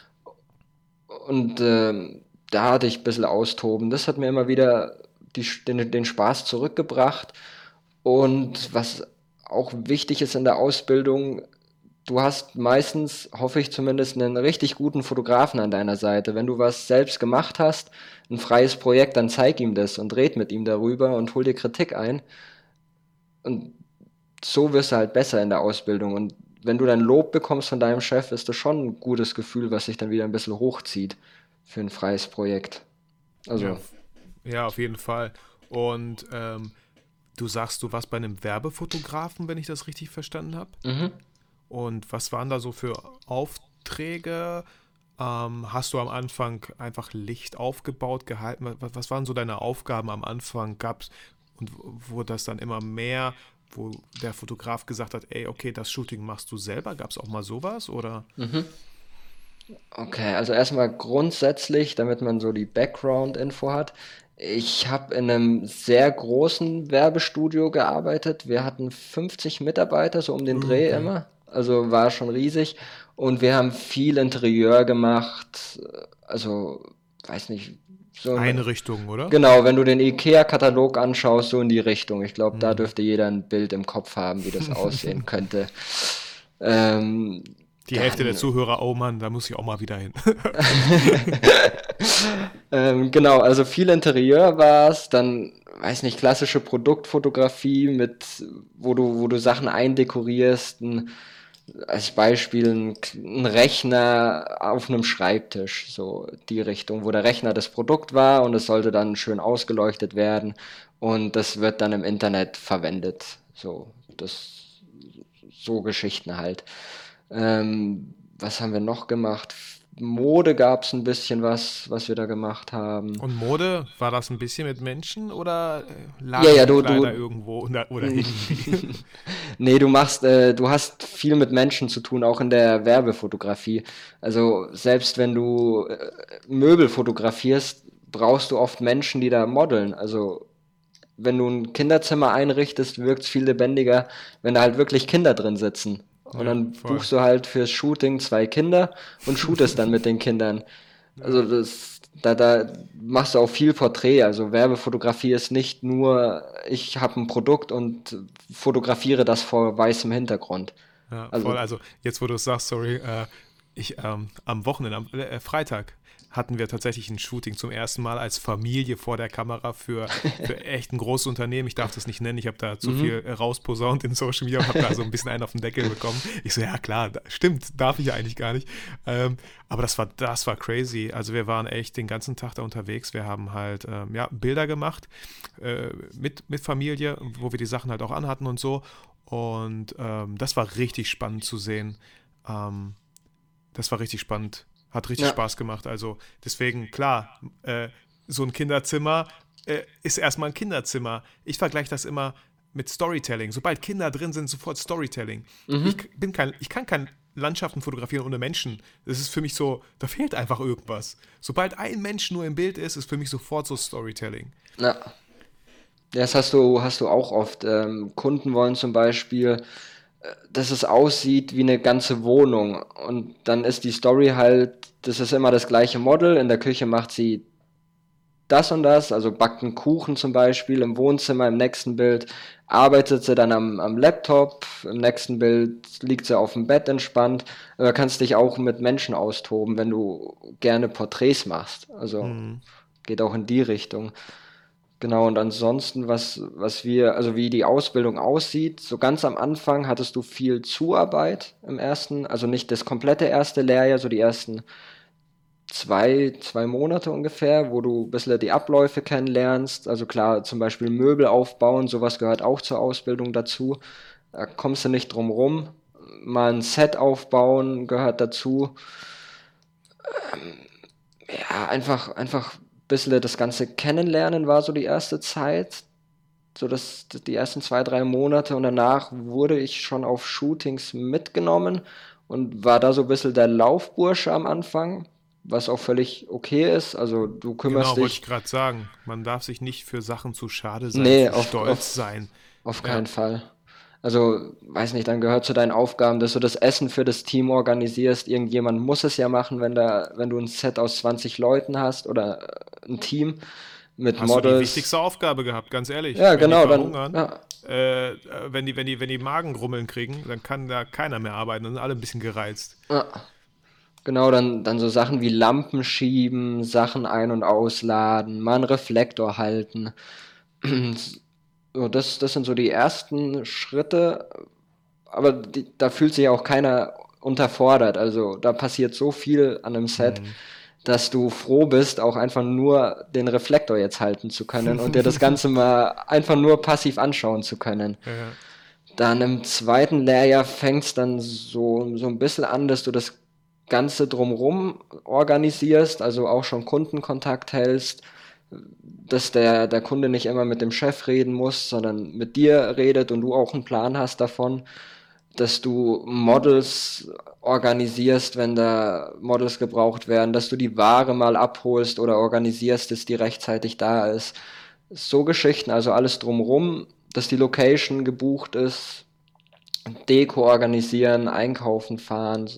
und ähm, da dich ein bisschen austoben. Das hat mir immer wieder die, den, den Spaß zurückgebracht. Und was auch wichtig ist in der Ausbildung, du hast meistens, hoffe ich zumindest, einen richtig guten Fotografen an deiner Seite. Wenn du was selbst gemacht hast, ein freies Projekt, dann zeig ihm das und red mit ihm darüber und hol dir Kritik ein. Und so wirst du halt besser in der Ausbildung. Und wenn du dann Lob bekommst von deinem Chef, ist das schon ein gutes Gefühl, was sich dann wieder ein bisschen hochzieht für ein freies Projekt.
Ja,
Also,
f- ja, auf jeden Fall. Und ähm, du sagst, du warst bei einem Werbefotografen, wenn ich das richtig verstanden habe.
mhm.
Und was waren da so für Aufträge? Ähm, hast du am Anfang einfach Licht aufgebaut, gehalten? Was, was waren so deine Aufgaben am Anfang? Gab's und wurde das dann immer mehr, wo der Fotograf gesagt hat, ey, okay, das Shooting machst du selber? Gab es auch mal sowas? Oder?
Okay, also erstmal grundsätzlich, damit man so die Background-Info hat. Ich habe in einem sehr großen Werbestudio gearbeitet. Wir hatten fünfzig Mitarbeiter, so um den Dreh
Okay.
immer. Also war schon riesig. Und wir haben viel Interieur gemacht. Also, weiß nicht, so ein,
Einrichtungen, oder?
genau, wenn du den IKEA-Katalog anschaust, so in die Richtung. Ich glaube, da
Hm.
dürfte jeder ein Bild im Kopf haben, wie das aussehen könnte. Ähm,
Die Hälfte der
dann
Zuhörer, oh Mann, da muss ich auch mal wieder hin.
Ähm, genau, also viel Interieur war es, dann, weiß nicht, klassische Produktfotografie mit, wo du, wo du Sachen eindekorierst, ein, als Beispiel ein, ein Rechner auf einem Schreibtisch, so die Richtung, wo der Rechner das Produkt war und es sollte dann schön ausgeleuchtet werden und das wird dann im Internet verwendet, so, das, so Geschichten halt. Ähm, was haben wir noch gemacht? Mode gab es ein bisschen was, was wir da gemacht haben.
Und Mode, war das ein bisschen mit Menschen oder äh,
Ja,
lagen
ja,
die
du,
Kleider
du,
irgendwo oder, oder hingen die?
nee, du machst, äh, du hast viel mit Menschen zu tun, auch in der Werbefotografie. Also selbst wenn du äh, Möbel fotografierst, brauchst du oft Menschen, die da modeln. Also wenn du ein Kinderzimmer einrichtest, wirkt es viel lebendiger, wenn da halt wirklich Kinder drin sitzen. Und
Ja,
dann
voll.
buchst du halt fürs Shooting zwei Kinder und shootest dann mit den Kindern. Also
Ja.
das, da, da machst du auch viel Porträt. Also Werbefotografie ist nicht nur, ich habe ein Produkt und fotografiere das vor weißem Hintergrund.
Ja,
Also,
voll. Also jetzt, wo du es sagst, sorry, äh, ich ähm, am Wochenende, am äh, Freitag hatten wir tatsächlich ein Shooting zum ersten Mal als Familie vor der Kamera für, für echt ein großes Unternehmen. Ich darf das nicht nennen, ich habe da zu viel
mhm.
äh, rausposaunt in Social Media und habe da so ein bisschen einen auf den Deckel bekommen. Ich so, ja klar, da, stimmt, darf ich ja eigentlich gar nicht. Ähm, aber das war, das war crazy. Also wir waren echt den ganzen Tag da unterwegs. Wir haben halt ähm, ja, Bilder gemacht äh, mit, mit Familie, wo wir die Sachen halt auch anhatten und so. Und ähm, das war richtig spannend zu sehen. Ähm, das war richtig spannend. Hat richtig
Ja,
Spaß gemacht. Also deswegen, klar, äh, so ein Kinderzimmer äh, ist erstmal ein Kinderzimmer. Ich vergleiche das immer mit Storytelling. Sobald Kinder drin sind, sofort Storytelling. Ich
mhm.
bin kein, ich kann kein Landschaften fotografieren ohne Menschen. Das ist für mich so, da fehlt einfach irgendwas. Sobald ein Mensch nur im Bild ist, ist für mich sofort so Storytelling.
Ja. Das hast du, hast du auch oft. Ähm, Kunden wollen zum Beispiel, dass es aussieht wie eine ganze Wohnung. Und dann ist die Story halt, das ist immer das gleiche Model. In der Küche macht sie das und das, also backt einen Kuchen zum Beispiel im Wohnzimmer, im nächsten Bild arbeitet sie dann am, am Laptop, im nächsten Bild liegt sie auf dem Bett entspannt. Du kannst dich auch mit Menschen austoben, wenn du gerne Porträts machst. Also
Hm.
geht auch in die Richtung. Genau, und ansonsten, was, was wir, also wie die Ausbildung aussieht, so ganz am Anfang hattest du viel Zuarbeit im ersten, also nicht das komplette erste Lehrjahr, so die ersten zwei, zwei Monate ungefähr, wo du ein bisschen die Abläufe kennenlernst. Also klar, zum Beispiel Möbel aufbauen, sowas gehört auch zur Ausbildung dazu. Da kommst du nicht drum rum. Mal ein Set aufbauen gehört dazu. Ja, einfach, einfach ein bisschen das Ganze kennenlernen war so die erste Zeit. So das, die ersten zwei, drei Monate und danach wurde ich schon auf Shootings mitgenommen und war da so ein bisschen der Laufbursche am Anfang, was auch völlig okay ist. Also du kümmerst
Genau, wollte ich
dich.
gerade sagen. Man darf sich nicht für Sachen zu schade sein,
Nee,
zu
auf,
stolz
auf,
sein.
auf
Ja,
keinen Fall. Also, weiß nicht, dann gehört zu deinen Aufgaben, dass du das Essen für das Team organisierst. Irgendjemand muss es ja machen, wenn da, wenn du ein Set aus zwanzig Leuten hast oder äh, ein Team mit
hast du die
Models.
wichtigste Aufgabe gehabt, ganz ehrlich.
Ja,
Wenn die
genau, dann,
verhungern,
ja,
äh, äh, wenn die, wenn die, wenn die Magengrummeln kriegen, dann kann da keiner mehr arbeiten. Dann sind alle ein bisschen gereizt.
ja, genau, dann, dann so Sachen wie Lampen schieben, Sachen ein- und ausladen, mal einen Reflektor halten. So, das, das sind so die ersten Schritte, aber die, da fühlt sich auch keiner unterfordert. Also da passiert so viel an einem Set,
Hm.
dass du froh bist, auch einfach nur den Reflektor jetzt halten zu können und dir das Ganze mal einfach nur passiv anschauen zu können.
Ja,
Dann im zweiten Lehrjahr fängt es dann so, so ein bisschen an, dass du das Ganze drumrum organisierst, also auch schon Kundenkontakt hältst, dass der, der Kunde nicht immer mit dem Chef reden muss, sondern mit dir redet und du auch einen Plan hast davon, dass du Models organisierst, wenn da Models gebraucht werden, dass du die Ware mal abholst oder organisierst, dass die rechtzeitig da ist. So Geschichten, also alles drumrum, dass die Location gebucht ist, Deko organisieren, einkaufen fahren,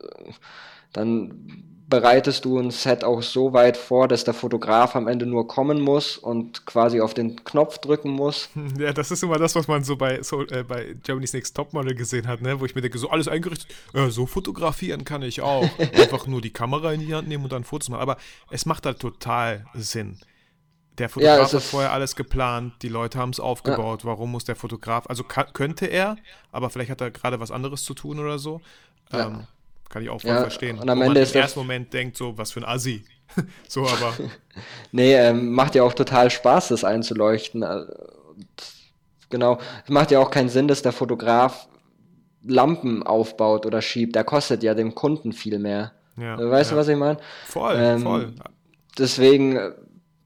dann bereitest du ein Set auch so weit vor, dass der Fotograf am Ende nur kommen muss und quasi auf den Knopf drücken muss.
ja, das ist immer das, was man so bei, so, äh, bei Germany's Next Topmodel gesehen hat, ne? Wo ich mir denke, so alles eingerichtet, äh, so fotografieren kann ich auch. Einfach nur die Kamera in die Hand nehmen und dann Fotos machen. Aber es macht halt total Sinn. Der
Ja,
Fotograf
es
hat
ist,
vorher alles geplant, die Leute haben es
ja,
aufgebaut. Warum muss der Fotograf, also ka- könnte er, aber vielleicht hat er gerade was anderes zu tun oder so. Ähm,
ja,
kann ich auch voll
ja,
verstehen.
und am
Wo man
Ende
im
ist
ersten
das,
Moment denkt, so, was für ein Assi. So, aber
nee, ähm, macht ja auch total Spaß, das einzuleuchten. Äh, Genau, es macht ja auch keinen Sinn, dass der Fotograf Lampen aufbaut oder schiebt. Der kostet ja dem Kunden viel mehr.
ja,
Äh, Weißt du,
ja.
was ich meine?
Voll, voll.
Ähm, deswegen, äh,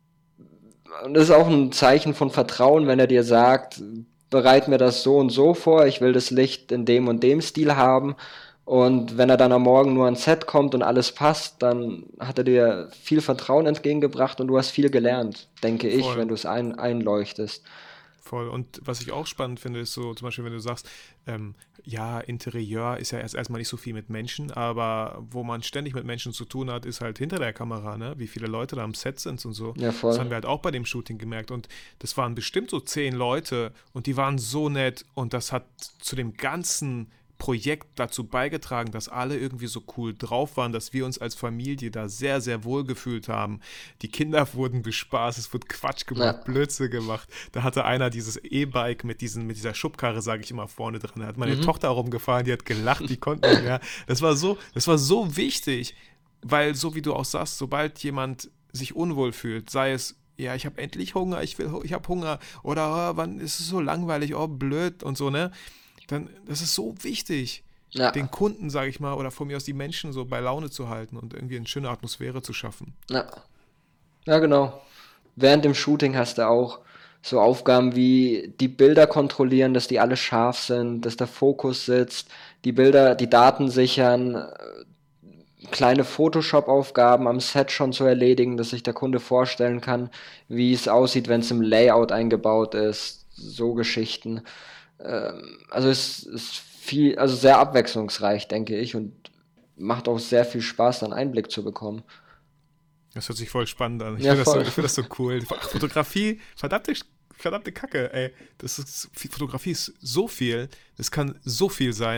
und das ist auch ein Zeichen von Vertrauen, wenn er dir sagt, bereit mir das so und so vor, ich will das Licht in dem und dem Stil haben. Und wenn er dann am Morgen nur ans Set kommt und alles passt, dann hat er dir viel Vertrauen entgegengebracht und du hast viel gelernt, denke ich,
Voll.
wenn du es ein, einleuchtest.
Voll. Und was ich auch spannend finde, ist so, zum Beispiel, wenn du sagst, ähm, ja, Interieur ist ja erst erstmal nicht so viel mit Menschen, aber wo man ständig mit Menschen zu tun hat, ist halt hinter der Kamera, ne? Wie viele Leute da am Set sind und so.
Ja,
Das
voll.
haben wir halt auch bei dem Shooting gemerkt. Und das waren bestimmt so zehn Leute und die waren so nett und das hat zu dem ganzen Projekt dazu beigetragen, dass alle irgendwie so cool drauf waren, dass wir uns als Familie da sehr, sehr wohl gefühlt haben. Die Kinder wurden bespaßt, es wurde Quatsch gemacht,
Ja.
Blödsinn gemacht. Da hatte einer dieses E-Bike mit, diesen, mit dieser Schubkarre, sage ich immer, vorne dran. Da hat meine
Mhm.
Tochter rumgefahren, die hat gelacht, die konnte nicht mehr. Das war so, das war so wichtig, weil so wie du auch sagst, sobald jemand sich unwohl fühlt, sei es ja, ich habe endlich Hunger, ich will, ich habe Hunger oder oh, wann ist es so langweilig, oh blöd und so, ne? Dann, das ist so wichtig, den
Ja,
Kunden, sage ich mal, oder von mir aus die Menschen so bei Laune zu halten und irgendwie eine schöne Atmosphäre zu schaffen.
ja, ja, genau. Während dem Shooting hast du auch so Aufgaben wie die Bilder kontrollieren, dass die alle scharf sind, dass der Fokus sitzt, die Bilder, die Daten sichern, äh, kleine Photoshop-Aufgaben am Set schon zu erledigen, dass sich der Kunde vorstellen kann, wie es aussieht, wenn es im Layout eingebaut ist. So Geschichten. Ähm, also es ist viel, also sehr abwechslungsreich, denke ich, und macht auch sehr viel Spaß, dann Einblick zu bekommen.
Das hört sich voll spannend an. Ich
Ja,
finde das, so,
voll.
ich find das so cool. Ach, Fotografie, verdammte, verdammte Kacke, ey. Das ist, Fotografie ist so viel, es kann so viel sein.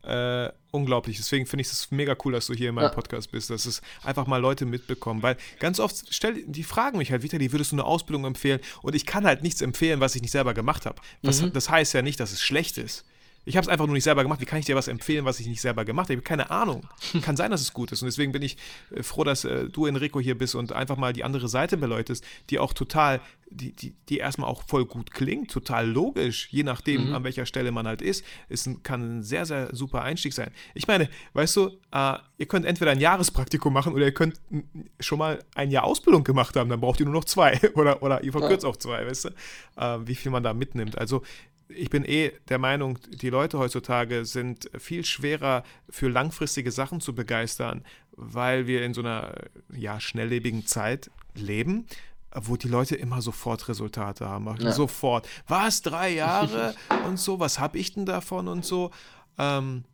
äh, unglaublich. Deswegen finde ich es mega cool, dass du hier in meinem ja. Podcast bist, dass es einfach mal Leute mitbekommen, weil ganz oft, stell, die fragen mich halt, Vitali, würdest du eine Ausbildung empfehlen? Und ich kann halt nichts empfehlen, was ich nicht selber gemacht habe. Mhm. Das heißt ja nicht, dass es schlecht ist. Ich habe es einfach nur nicht selber gemacht. Wie kann ich dir was empfehlen, was ich nicht selber gemacht habe? Ich habe keine Ahnung. Kann sein, dass es gut ist. Und deswegen bin ich äh, froh, dass äh, du, Enrico, hier bist und einfach mal die andere Seite beleuchtest, die auch total, die, die, die erstmal auch voll gut klingt, total logisch, je nachdem, mhm. an welcher Stelle man halt ist. Es kann ein sehr, sehr super Einstieg sein. Ich meine, weißt du, äh, ihr könnt entweder ein Jahrespraktikum machen oder ihr könnt schon mal ein Jahr Ausbildung gemacht haben, dann braucht ihr nur noch zwei. oder, oder ihr verkürzt ja. auf zwei, weißt du, äh, wie viel man da mitnimmt. Also ich bin eh der Meinung, die Leute heutzutage sind viel schwerer für langfristige Sachen zu begeistern, weil wir in so einer ja, schnelllebigen Zeit leben, wo die Leute immer sofort Resultate haben. Ja. Sofort. Was, drei Jahre und so, was habe ich denn davon und so. Ähm,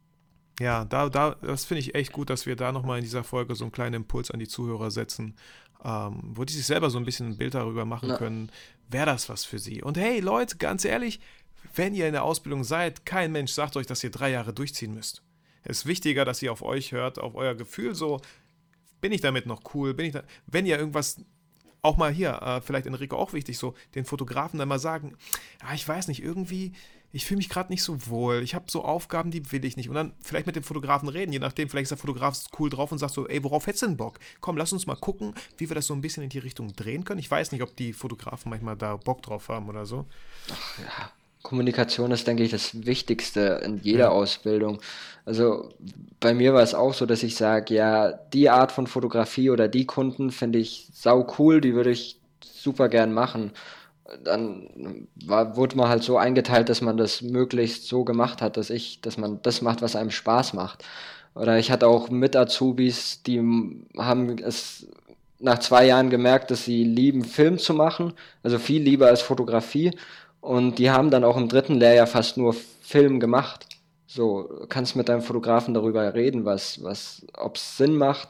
ja, da, da, das finde ich echt gut, dass wir da nochmal in dieser Folge so einen kleinen Impuls an die Zuhörer setzen, ähm, wo die sich selber so ein bisschen ein Bild darüber machen ja. können, wäre das was für sie. Und hey Leute, ganz ehrlich, wenn ihr in der Ausbildung seid, kein Mensch sagt euch, dass ihr drei Jahre durchziehen müsst. Es ist wichtiger, dass ihr auf euch hört, auf euer Gefühl so, bin ich damit noch cool, bin ich da, wenn ihr irgendwas, auch mal hier, äh, vielleicht Enrico auch wichtig, so den Fotografen dann mal sagen, ja, ich weiß nicht, irgendwie, ich fühle mich gerade nicht so wohl, ich habe so Aufgaben, die will ich nicht. Und dann vielleicht mit dem Fotografen reden, je nachdem, vielleicht ist der Fotograf cool drauf und sagt so, ey, worauf hättest du denn Bock? Komm, lass uns mal gucken, wie wir das so ein bisschen in die Richtung drehen können. Ich weiß nicht, ob die Fotografen manchmal da Bock drauf haben oder so.
Ach ja, Kommunikation ist, denke ich, das Wichtigste in jeder ja. Ausbildung. Also bei mir war es auch so, dass ich sage, ja, die Art von Fotografie oder die Kunden finde ich sau cool, die würde ich super gern machen. Dann war, wurde man halt so eingeteilt, dass man das möglichst so gemacht hat, dass ich, dass man das macht, was einem Spaß macht. Oder ich hatte auch mit Azubis, die haben es nach zwei Jahren gemerkt, dass sie lieben, Film zu machen, also viel lieber als Fotografie. Und die haben dann auch im dritten Lehrjahr fast nur Film gemacht. So, kannst mit deinem Fotografen darüber reden, was, was, ob es Sinn macht,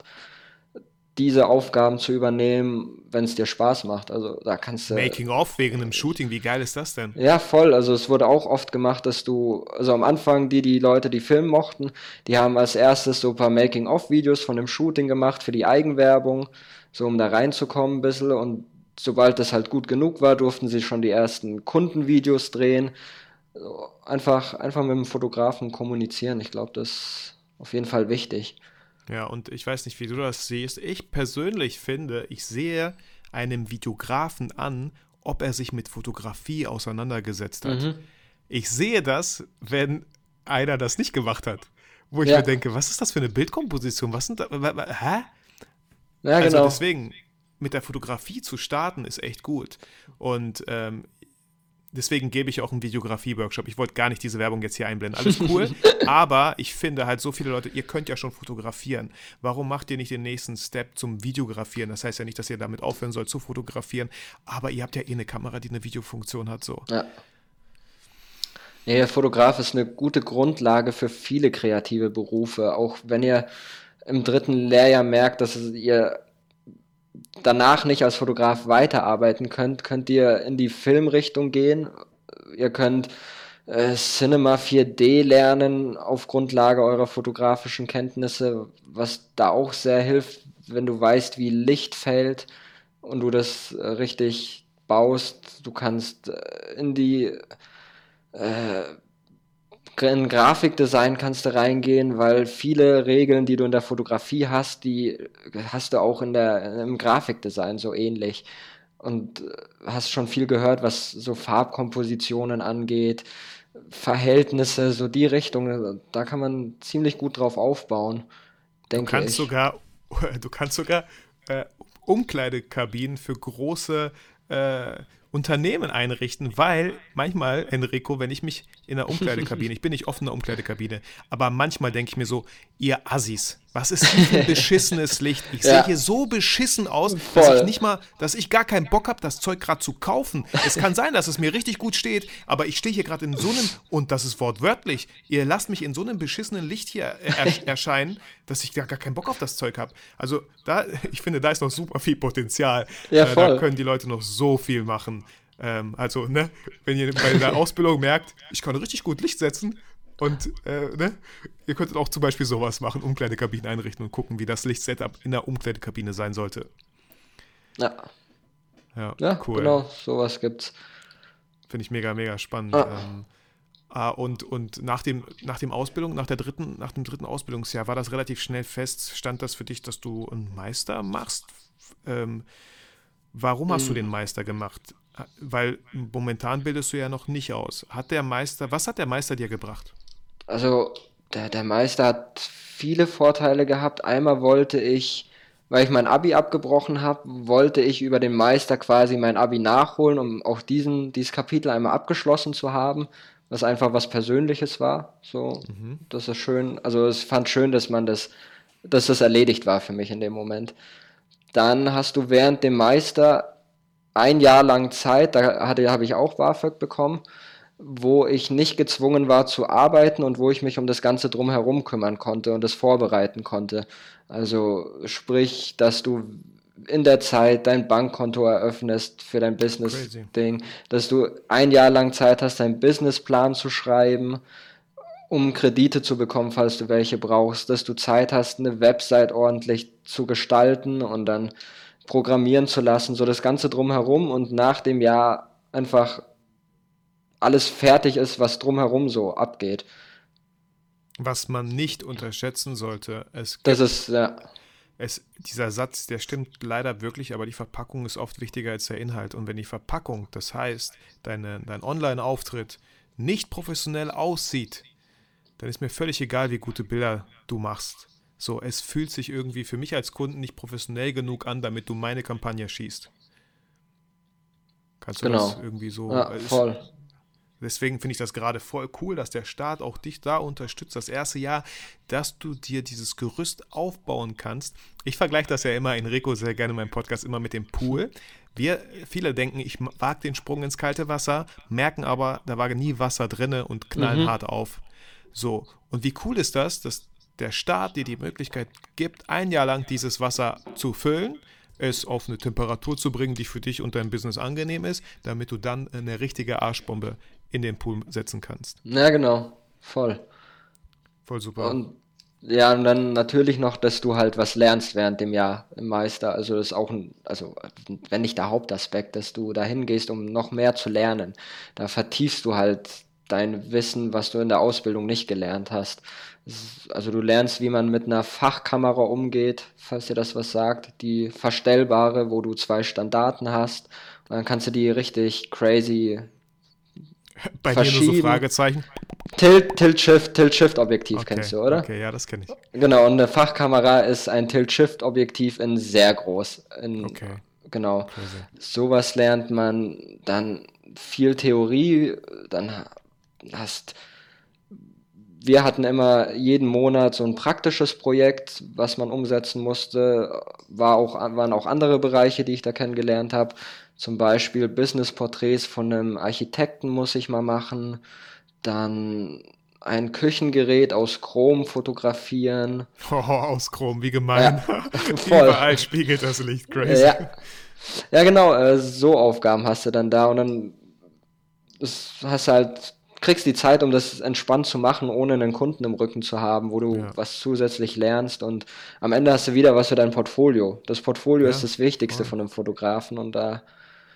diese Aufgaben zu übernehmen, wenn es dir Spaß macht. Also da kannst du...
Making of wegen einem Shooting, wie geil ist das denn?
Ja, voll. Also es wurde auch oft gemacht, dass du, also am Anfang die, die Leute, die Film mochten, die haben als erstes so ein paar Making-of-Videos von dem Shooting gemacht für die Eigenwerbung, so um da reinzukommen ein bisschen. Und sobald das halt gut genug war, durften sie schon die ersten Kundenvideos drehen. Also einfach, einfach mit dem Fotografen kommunizieren. Ich glaube, das ist auf jeden Fall wichtig.
Ja, und ich weiß nicht, wie du das siehst. Ich persönlich finde, ich sehe einem Videografen an, ob er sich mit Fotografie auseinandergesetzt hat. Mhm. Ich sehe das, wenn einer das nicht gemacht hat. Wo ich ja. mir denke, was ist das für eine Bildkomposition? Was sind da, hä?
Ja,
also
genau.
Deswegen, mit der Fotografie zu starten, ist echt gut. Und ähm, deswegen gebe ich auch einen Videografie-Workshop. Ich wollte gar nicht diese Werbung jetzt hier einblenden. Alles cool. Aber ich finde halt, so viele Leute, ihr könnt ja schon fotografieren. Warum macht ihr nicht den nächsten Step zum Videografieren? Das heißt ja nicht, dass ihr damit aufhören sollt zu fotografieren. Aber ihr habt ja eh eine Kamera, die eine Videofunktion hat. So.
Ja. Nee, der Fotograf ist eine gute Grundlage für viele kreative Berufe. Auch wenn ihr im dritten Lehrjahr merkt, dass ihr danach nicht als Fotograf weiterarbeiten könnt, könnt ihr in die Filmrichtung gehen. Ihr könnt äh, Cinema vier D lernen auf Grundlage eurer fotografischen Kenntnisse, was da auch sehr hilft, wenn du weißt, wie Licht fällt und du das äh, richtig baust. Du kannst äh, in die äh, in Grafikdesign kannst du reingehen, weil viele Regeln, die du in der Fotografie hast, die hast du auch in der, im Grafikdesign so ähnlich. Und hast schon viel gehört, was so Farbkompositionen angeht, Verhältnisse, so die Richtung, da kann man ziemlich gut drauf aufbauen, denke ich.
Du kannst sogar, du kannst sogar äh, Umkleidekabinen für große äh, Unternehmen einrichten, weil manchmal, Enrico, wenn ich mich in der Umkleidekabine, ich bin nicht oft in der Umkleidekabine, aber manchmal denke ich mir so, ihr Assis, was ist das für ein beschissenes Licht? Ich ja. sehe hier so beschissen aus,
Voll.
dass ich nicht mal, dass ich gar keinen Bock habe, das Zeug gerade zu kaufen. Es kann sein, dass es mir richtig gut steht, aber ich stehe hier gerade in so einem, und das ist wortwörtlich, ihr lasst mich in so einem beschissenen Licht hier er- erscheinen, dass ich gar, gar keinen Bock auf das Zeug habe. Also da, ich finde, da ist noch super viel Potenzial.
Ja,
äh, da können die Leute noch so viel machen. Ähm, also, ne, wenn ihr bei der Ausbildung merkt, ich kann richtig gut Licht setzen, Und äh, ne? Ihr könntet auch zum Beispiel sowas machen, Umkleidekabinen einrichten und gucken, wie das Lichtsetup in der Umkleidekabine sein sollte.
Ja,
Ja,
ja,
cool.
genau, sowas gibt's.
Finde ich mega, mega spannend.
Ah.
Ähm, ah, und und nach dem, nach dem Ausbildung, nach der dritten, nach dem dritten Ausbildungsjahr, war das relativ schnell fest, stand das für dich, dass du einen Meister machst? Ähm, warum hast du den Meister gemacht? Weil momentan bildest du ja noch nicht aus. Hat der Meister, was hat der Meister dir gebracht?
Also, der, der Meister hat viele Vorteile gehabt. Einmal wollte ich, weil ich mein Abi abgebrochen habe, wollte ich über den Meister quasi mein Abi nachholen, um auch diesen, dieses Kapitel einmal abgeschlossen zu haben, was einfach was Persönliches war. So, das ist schön. Also, ich fand schön, dass man das, dass das erledigt war für mich in dem Moment. Dann hast du während dem Meister ein Jahr lang Zeit, da hatte, habe ich auch BAföG bekommen, wo ich nicht gezwungen war zu arbeiten und wo ich mich um das Ganze drumherum kümmern konnte und das vorbereiten konnte. Also sprich, dass du in der Zeit dein Bankkonto eröffnest für dein
Crazy.
Business-Ding, dass du ein Jahr lang Zeit hast, deinen Businessplan zu schreiben, um Kredite zu bekommen, falls du welche brauchst, dass du Zeit hast, eine Website ordentlich zu gestalten und dann programmieren zu lassen, so das Ganze drumherum und nach dem Jahr einfach alles fertig ist, was drumherum so abgeht.
Was man nicht unterschätzen sollte, es
Das
gibt,
ist, ja,
es, dieser Satz, der stimmt leider wirklich, aber die Verpackung ist oft wichtiger als der Inhalt. Und wenn die Verpackung, das heißt, deine, dein Online-Auftritt nicht professionell aussieht, dann ist mir völlig egal, wie gute Bilder du machst. So, es fühlt sich irgendwie für mich als Kunden nicht professionell genug an, damit du meine Kampagne schießt. Kannst du
genau.
das irgendwie so...
Ja,
äh, ist-
voll.
Deswegen finde ich das gerade voll cool, dass der Staat auch dich da unterstützt, das erste Jahr, dass du dir dieses Gerüst aufbauen kannst. Ich vergleiche das ja immer, Enrico sehr gerne in meinem Podcast, immer mit dem Pool. Wir, viele denken, ich wage den Sprung ins kalte Wasser, merken aber, da war nie Wasser drinne und knallen
Mhm.
hart auf. So, und wie cool ist das, dass der Staat dir die Möglichkeit gibt, ein Jahr lang dieses Wasser zu füllen, es auf eine Temperatur zu bringen, die für dich und dein Business angenehm ist, damit du dann eine richtige Arschbombe in den Pool setzen kannst.
Ja, genau, voll.
Voll super.
Und ja, und dann natürlich noch, dass du halt was lernst während dem Jahr im Meister. Also das ist auch ein, also wenn nicht der Hauptaspekt, dass du dahin gehst, um noch mehr zu lernen. Da vertiefst du halt dein Wissen, was du in der Ausbildung nicht gelernt hast. Es ist- Also du lernst, wie man mit einer Fachkamera umgeht, falls dir das was sagt, die verstellbare, wo du zwei Standarten hast. Und dann kannst du die richtig crazy
Bei dir nur so
verschieben.
Fragezeichen.
Tilt, Tilt-Shift, Tilt-Shift-Objektiv
Okay,
kennst du, oder?
okay, ja, das kenne ich.
Genau, und eine Fachkamera ist ein Tilt-Shift-Objektiv in sehr groß. In,
Okay.
Genau.
Crazy.
Sowas lernt man, dann viel Theorie, dann ha- hast, wir hatten immer jeden Monat so ein praktisches Projekt, was man umsetzen musste, war auch, waren auch andere Bereiche, die ich da kennengelernt habe. Zum Beispiel Business-Porträts von einem Architekten muss ich mal machen, dann ein Küchengerät aus Chrom fotografieren.
Oh, aus Chrom, wie gemein.
voll.
Überall spiegelt das Licht, crazy.
Ja, ja genau, äh, so Aufgaben hast du dann da und dann ist, hast du halt, kriegst die Zeit, um das entspannt zu machen, ohne einen Kunden im Rücken zu haben, wo du
Ja.
was zusätzlich lernst und am Ende hast du wieder was für dein Portfolio. Das Portfolio
Ja,
ist das Wichtigste
voll.
von einem Fotografen und da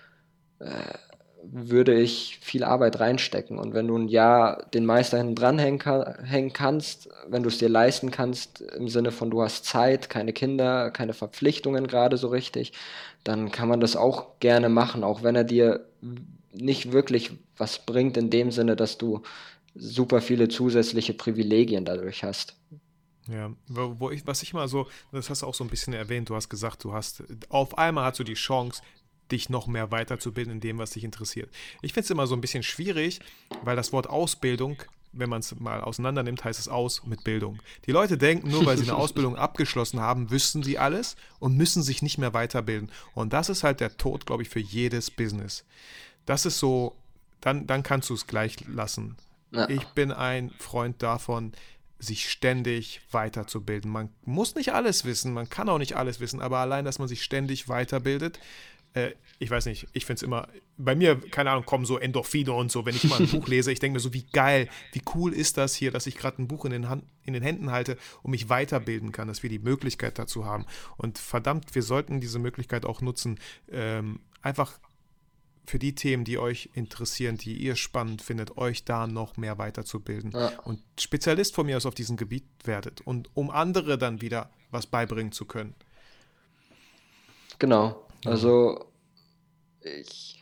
würde ich viel Arbeit reinstecken. Und wenn du ein Jahr den Meister hinten dranhängen ka- hängen kannst, wenn du es dir leisten kannst, im Sinne von du hast Zeit, keine Kinder, keine Verpflichtungen gerade so richtig, dann kann man das auch gerne machen, auch wenn er dir nicht wirklich was bringt in dem Sinne, dass du super viele zusätzliche Privilegien dadurch hast.
Ja, wo, wo ich, was ich mal so, das hast du auch so ein bisschen erwähnt, du hast gesagt, du hast, auf einmal hast du die Chance, dich noch mehr weiterzubilden in dem, was dich interessiert. Ich finde es immer so ein bisschen schwierig, weil das Wort Ausbildung, wenn man es mal auseinander nimmt, heißt es aus mit Bildung. Die Leute denken, nur weil sie eine Ausbildung abgeschlossen haben, wüssten sie alles und müssen sich nicht mehr weiterbilden. Und das ist halt der Tod, glaube ich, für jedes Business. Das ist so, dann, dann kannst du es gleich lassen.
Ja.
Ich bin ein Freund davon, sich ständig weiterzubilden. Man muss nicht alles wissen, man kann auch nicht alles wissen, aber allein, dass man sich ständig weiterbildet, äh, ich weiß nicht, ich finde es immer, bei mir, keine Ahnung, kommen so Endorphine und so, wenn ich mal ein Buch lese, ich denke mir so, wie geil, wie cool ist das hier, dass ich gerade ein Buch in den, Hand, in den Händen halte und mich weiterbilden kann, dass wir die Möglichkeit dazu haben. Und verdammt, wir sollten diese Möglichkeit auch nutzen, ähm, einfach für die Themen, die euch interessieren, die ihr spannend findet, euch da noch mehr weiterzubilden
Ja.
und Spezialist von mir aus auf diesem Gebiet werdet und um andere dann wieder was beibringen zu können.
Genau. Also ich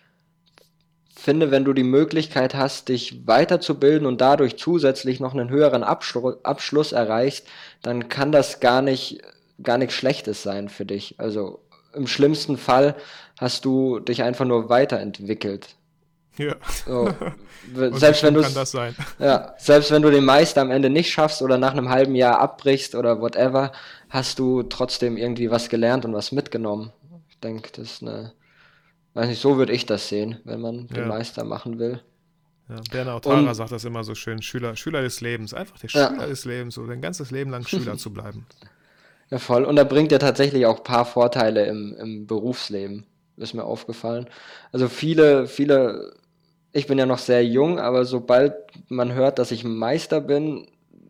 finde, wenn du die Möglichkeit hast, dich weiterzubilden und dadurch zusätzlich noch einen höheren Abschlu- Abschluss erreichst, dann kann das gar nicht, gar nichts Schlechtes sein für dich. Also im schlimmsten Fall hast du dich einfach nur weiterentwickelt.
Ja.
So, w-
Und
selbst
wie
wenn
schlimm
du
kann das sein?
ja, selbst wenn du den Meister am Ende nicht schaffst oder nach einem halben Jahr abbrichst oder whatever, hast du trotzdem irgendwie was gelernt und was mitgenommen. Ich denke, das ist eine, weiß nicht, so würde ich das sehen, wenn man den
Ja.
Meister machen will.
Ja, Bernhard Tara
Und
sagt das immer so schön, Schüler, Schüler des Lebens, einfach der
Ja.
Schüler des Lebens, so dein ganzes Leben lang Schüler zu bleiben.
ja, voll. Und da bringt er tatsächlich auch ein paar Vorteile im, im Berufsleben, ist mir aufgefallen. Also viele, viele, ich bin ja noch sehr jung, aber sobald man hört, dass ich Meister bin,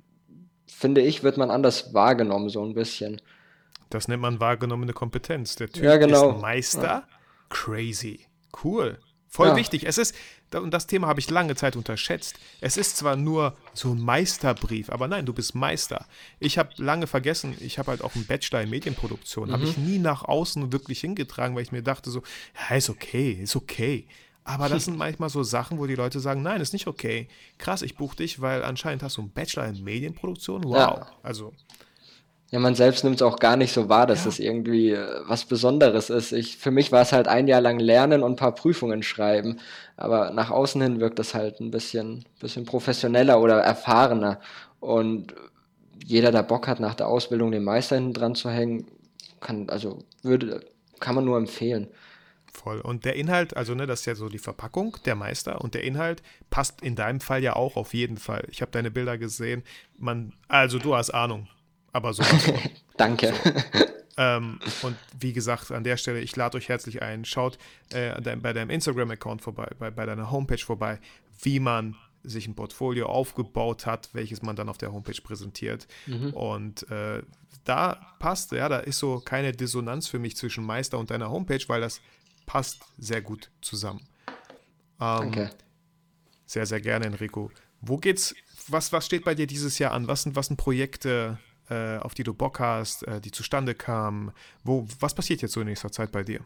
finde ich, wird man anders wahrgenommen, so ein bisschen.
Das nennt man wahrgenommene Kompetenz. Der Typ
Ja, genau.
ist Meister. Crazy. Cool. Voll
Ja.
wichtig. Es ist, und das Thema habe ich lange Zeit unterschätzt. Es ist zwar nur so ein Meisterbrief, aber nein, du bist Meister. Ich habe lange vergessen, ich habe halt auch einen Bachelor in Medienproduktion. Habe ich nie nach außen wirklich hingetragen, weil ich mir dachte so, ja, ist okay, ist okay. Aber das sind manchmal so Sachen, wo die Leute sagen, nein, ist nicht okay. Krass, ich buche dich, weil anscheinend hast du einen Bachelor in Medienproduktion. Wow.
Ja.
Also,
Ja, man selbst nimmt es auch gar nicht so wahr, dass
Ja.
das irgendwie äh, was Besonderes ist. Ich, für mich war es halt ein Jahr lang lernen und ein paar Prüfungen schreiben. Aber nach außen hin wirkt das halt ein bisschen, bisschen professioneller oder erfahrener. Und jeder, der Bock hat, nach der Ausbildung den Meister hinten dran zu hängen, kann, also würde, kann man nur empfehlen.
voll. Und der Inhalt, also ne, das ist ja so die Verpackung, der Meister, und der Inhalt passt in deinem Fall ja auch auf jeden Fall. Ich habe deine Bilder gesehen. Man, also du hast Ahnung, aber sowas von.
Danke.
ähm, und wie gesagt, an der Stelle, ich lade euch herzlich ein. Schaut äh, dein, bei deinem Instagram-Account vorbei, bei, bei deiner Homepage vorbei, wie man sich ein Portfolio aufgebaut hat, welches man dann auf der Homepage präsentiert. Und äh, da passt, ja, da ist so keine Dissonanz für mich zwischen Meister und deiner Homepage, weil das passt sehr gut zusammen. Ähm,
Danke.
Sehr, sehr gerne, Enrico. Wo geht's, was, was steht bei dir dieses Jahr an? Was sind, was sind Projekte, äh, auf die du Bock hast, äh, die zustande kamen? Wo, was passiert jetzt so in nächster Zeit bei dir?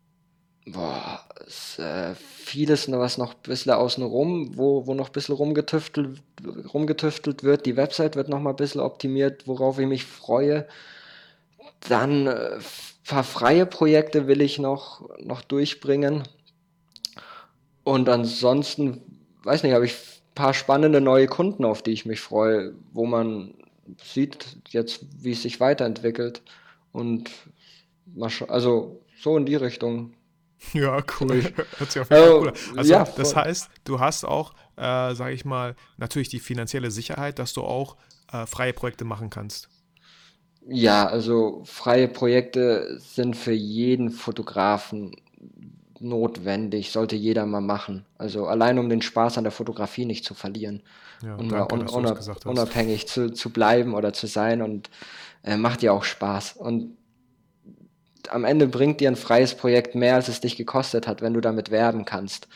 Boah, es, äh, vieles, noch, was noch ein bisschen außen rum, wo, wo noch ein bisschen rumgetüftelt, rumgetüftelt wird. Die Website wird noch mal ein bisschen optimiert, worauf ich mich freue. Dann äh, ein paar freie Projekte will ich noch, noch durchbringen. Und ansonsten, weiß nicht, habe ich ein paar spannende neue Kunden, auf die ich mich freue, wo man sieht jetzt, wie es sich weiterentwickelt. Und mal scha- also so in die Richtung.
Ja, cool.
Ich-
Hört sich auf jeden Fall
Also,
cool an. Also,
ja,
das
voll.
heißt, du hast auch, äh, sage ich mal, natürlich die finanzielle Sicherheit, dass du auch äh, freie Projekte machen kannst.
Ja, also freie Projekte sind für jeden Fotografen notwendig, sollte jeder mal machen. Also allein um den Spaß an der Fotografie nicht zu verlieren
Ja,
und mal
danke,
un
dass du das
unab
gesagt hast.
unabhängig zu, zu bleiben oder zu sein und äh, macht dir auch Spaß. Und am Ende bringt dir ein freies Projekt mehr, als es dich gekostet hat, wenn du damit werben kannst.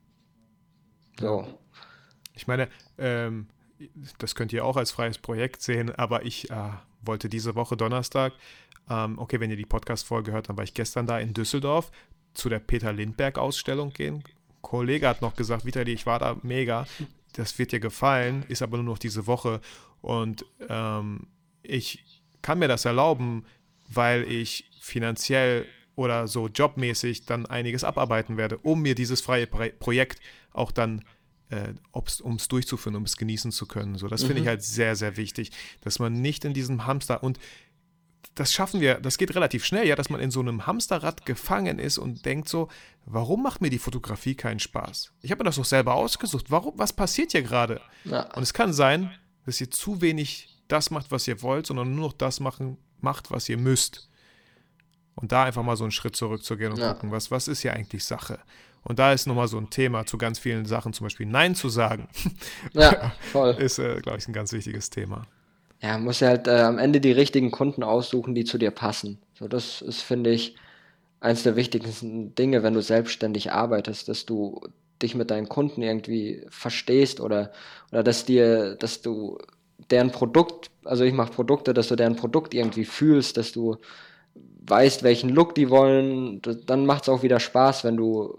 So.
Ich meine, ähm, das könnt ihr auch als freies Projekt sehen, aber ich äh, wollte diese Woche Donnerstag, ähm, okay, wenn ihr die Podcast-Folge hört, dann war ich gestern da in Düsseldorf zu der Peter Lindbergh-Ausstellung gehen. Ein Kollege hat noch gesagt, Vitali, ich war da mega, das wird dir gefallen, ist aber nur noch diese Woche und ähm, ich kann mir das erlauben, weil ich finanziell oder so jobmäßig dann einiges abarbeiten werde, um mir dieses freie Pro- Projekt auch dann äh, um es durchzuführen, um es genießen zu können. So, das finde ich halt sehr, sehr wichtig, dass man nicht in diesem Hamster, und das schaffen wir, das geht relativ schnell, ja, dass man in so einem Hamsterrad gefangen ist und denkt so, warum macht mir die Fotografie keinen Spaß? Ich habe mir das doch selber ausgesucht. Warum, was passiert hier gerade?
Ja.
Und es kann sein, dass ihr zu wenig das macht, was ihr wollt, sondern nur noch das machen, macht, was ihr müsst. Und da einfach mal so einen Schritt zurückzugehen und
Ja.
gucken, was, was ist hier eigentlich Sache? Und da ist nochmal so ein Thema zu ganz vielen Sachen, zum Beispiel Nein zu sagen,
Ja, voll.
ist, äh, glaube ich, ein ganz wichtiges Thema.
Ja, man muss ja halt äh, am Ende die richtigen Kunden aussuchen, die zu dir passen. So, das ist, finde ich, eins der wichtigsten Dinge, wenn du selbstständig arbeitest, dass du dich mit deinen Kunden irgendwie verstehst oder, oder dass dir, dass du deren Produkt, also ich mache Produkte, dass du deren Produkt irgendwie fühlst, dass du weißt, welchen Look die wollen, d- dann macht es auch wieder Spaß, wenn du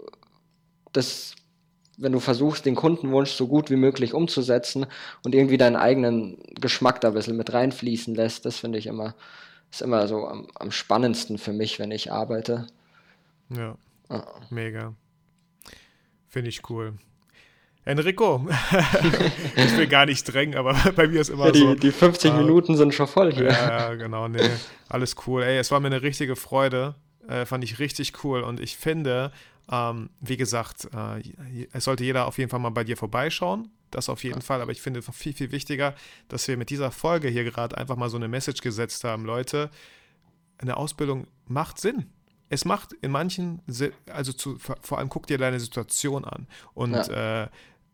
das, wenn du versuchst, den Kundenwunsch so gut wie möglich umzusetzen und irgendwie deinen eigenen Geschmack da ein bisschen mit reinfließen lässt. Das finde ich immer, ist immer so am, am spannendsten für mich, wenn ich arbeite.
Ja,
Ah.
mega. Finde ich cool. Enrico, ich will gar nicht drängen, aber bei mir ist immer
Ja, die,
so.
die fünfzig
äh,
Minuten sind schon voll hier.
Ja, ja, genau, nee, alles cool. Ey, es war mir eine richtige Freude, äh, fand ich richtig cool und ich finde, ähm, wie gesagt, äh, es sollte jeder auf jeden Fall mal bei dir vorbeischauen, das auf jeden Fall, aber ich finde viel, viel wichtiger, dass wir mit dieser Folge hier gerade einfach mal so eine Message gesetzt haben. Leute, eine Ausbildung macht Sinn. Es macht in manchen, Si- also zu, vor vor allem guck dir deine Situation an und äh,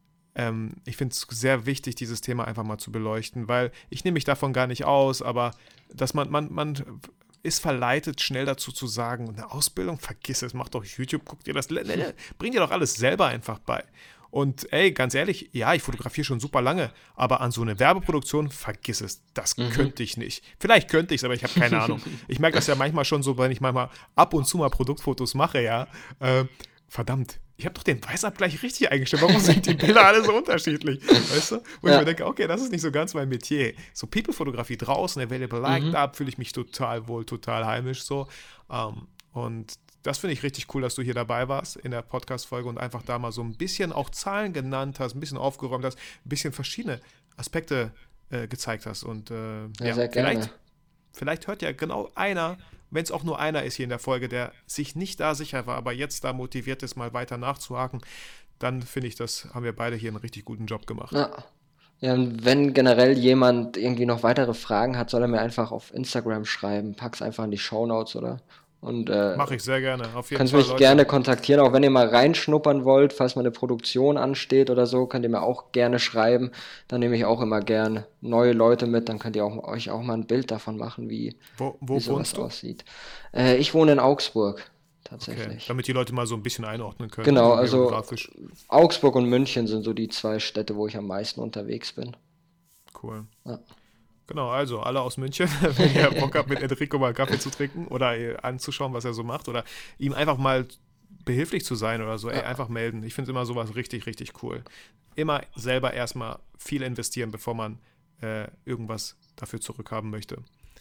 ähm, ich finde es sehr wichtig, dieses Thema einfach mal zu beleuchten, weil ich nehme mich davon gar nicht aus, aber dass man, man, man ist verleitet, schnell dazu zu sagen, eine Ausbildung, vergiss es, mach doch YouTube, guck dir das, le- le- bring dir doch alles selber einfach bei. Und ey, ganz ehrlich, ja, ich fotografiere schon super lange, aber an so eine Werbeproduktion, vergiss es, das könnte ich nicht. Vielleicht könnte ich es, aber ich habe keine Ahnung. Ich merke das ja manchmal schon so, wenn ich manchmal ab und zu mal Produktfotos mache, ja, äh, verdammt, ich habe doch den Weißabgleich richtig eingestellt. Warum sind die Bilder alle so unterschiedlich? Weißt du? Wo
Ja.
ich mir denke, okay, das ist nicht so ganz mein Metier. So People-Fotografie draußen, available like, da fühle ich mich total wohl, total heimisch so. Ähm, und das finde ich richtig cool, dass du hier dabei warst in der Podcast-Folge und einfach da mal so ein bisschen auch Zahlen genannt hast, ein bisschen aufgeräumt hast, ein bisschen verschiedene Aspekte äh, gezeigt hast. Und äh,
Ja,
ja,
sehr gerne.
vielleicht, vielleicht hört ja genau einer, wenn es auch nur einer ist hier in der Folge, der sich nicht da sicher war, aber jetzt da motiviert ist, mal weiter nachzuhaken, dann finde ich, das haben wir beide hier einen richtig guten Job gemacht.
Ja. Ja, und wenn generell jemand irgendwie noch weitere Fragen hat, soll er mir einfach auf Instagram schreiben. Pack's einfach in die Shownotes, oder? Und äh,
Mache ich sehr gerne, auf jeden
kannst
Fall,
mich
Leute.
gerne kontaktieren, auch wenn ihr mal reinschnuppern wollt, falls mal eine Produktion ansteht oder so, könnt ihr mir auch gerne schreiben. Dann nehme ich auch immer gerne neue Leute mit, dann könnt ihr auch, euch auch mal ein Bild davon machen, wie,
Wo, wo
wie sowas
wohnst du?
aussieht. Äh, ich wohne in Augsburg,
Okay,
tatsächlich.
damit die Leute mal so ein bisschen einordnen können.
Genau, also
geografisch.
Augsburg und München sind so die zwei Städte, wo ich am meisten unterwegs bin.
Cool.
Ja.
Genau, also alle aus München, wenn ihr Bock habt, mit Enrico mal einen Kaffee zu trinken oder ihr anzuschauen, was er so macht oder ihm einfach mal behilflich zu sein oder so, ey, einfach melden. Ich finde immer sowas richtig, richtig cool. Immer selber erstmal viel investieren, bevor man äh, irgendwas dafür zurückhaben möchte.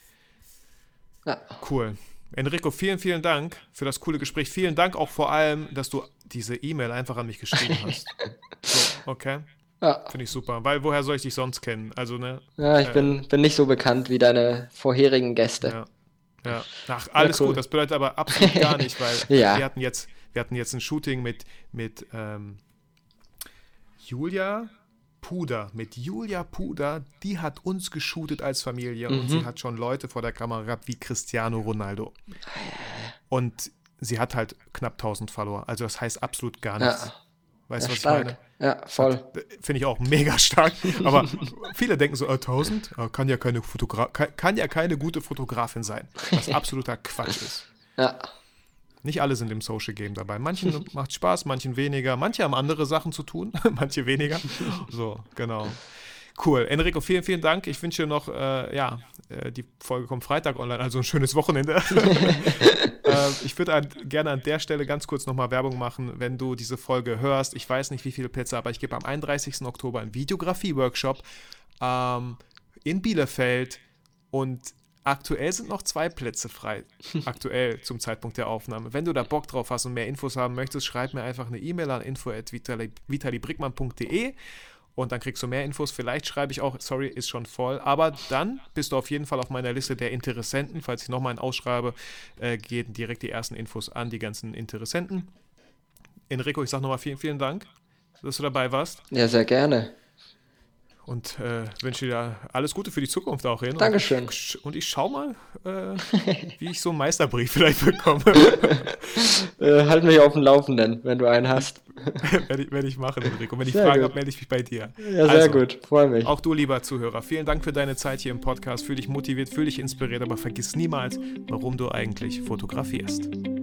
Ja.
Cool. Enrico, vielen, vielen Dank für das coole Gespräch. Vielen Dank auch vor allem, dass du diese E-Mail einfach an mich geschrieben hast. So, okay.
Ja.
Finde ich super. Weil woher soll ich dich sonst kennen? Also, ne?
Ja, ich
Äh,
bin, bin nicht so bekannt wie deine vorherigen Gäste.
Ja. Ja. Ach, alles
cool.
gut. Das bedeutet aber absolut gar nicht, weil
Ja.
wir hatten jetzt, wir hatten jetzt ein Shooting mit, mit ähm, Julia Puder. Mit Julia Puder, die hat uns geshootet als Familie und sie hat schon Leute vor der Kamera gehabt wie Cristiano Ronaldo. Und sie hat halt knapp tausend Follower. Also das heißt absolut gar nichts.
Ja.
Weißt du,
Ja,
was ich meine?
stark. Ja, voll.
Finde ich auch mega stark. Aber viele denken so, äh, tausend äh, kann, ja keine Fotogra kann, kann ja keine gute Fotografin sein. Was absoluter Quatsch ist.
Ja.
Nicht alle sind im Social Game dabei. Manchen macht Spaß, manchen weniger. Manche haben andere Sachen zu tun, manche weniger. So, genau. Cool. Enrico, vielen, vielen Dank. Ich wünsche dir noch, äh, ja, äh, die Folge kommt Freitag online, also ein schönes Wochenende. äh, ich würde an, gerne an der Stelle ganz kurz nochmal Werbung machen, wenn du diese Folge hörst. Ich weiß nicht, wie viele Plätze, aber ich gebe am einunddreißigsten Oktober einen Videografie-Workshop ähm, in Bielefeld und aktuell sind noch zwei Plätze frei. Aktuell zum Zeitpunkt der Aufnahme. Wenn du da Bock drauf hast und mehr Infos haben möchtest, schreib mir einfach eine E-Mail an info at vitali brickmann punkt de und dann kriegst du mehr Infos. Vielleicht schreibe ich auch, sorry, ist schon voll. Aber dann bist du auf jeden Fall auf meiner Liste der Interessenten. Falls ich nochmal einen ausschreibe, äh, gehen direkt die ersten Infos an die ganzen Interessenten. Enrico, ich sage nochmal vielen, vielen Dank, dass du dabei warst.
Ja, sehr gerne.
und äh, wünsche dir alles Gute für die Zukunft auch hin.
Dankeschön.
Und ich, und ich schau mal, äh, wie ich so einen Meisterbrief vielleicht bekomme.
äh, halt mich auf dem Laufenden, wenn du einen hast.
Werde ich, werde ich machen, Enrico. Und wenn ich
Sehr
Fragen
gut.
habe, melde ich mich bei dir.
Ja, sehr
Also,
gut. Freue mich.
Auch du, lieber Zuhörer, vielen Dank für deine Zeit hier im Podcast. Fühl dich motiviert, fühl dich inspiriert, aber vergiss niemals, warum du eigentlich fotografierst.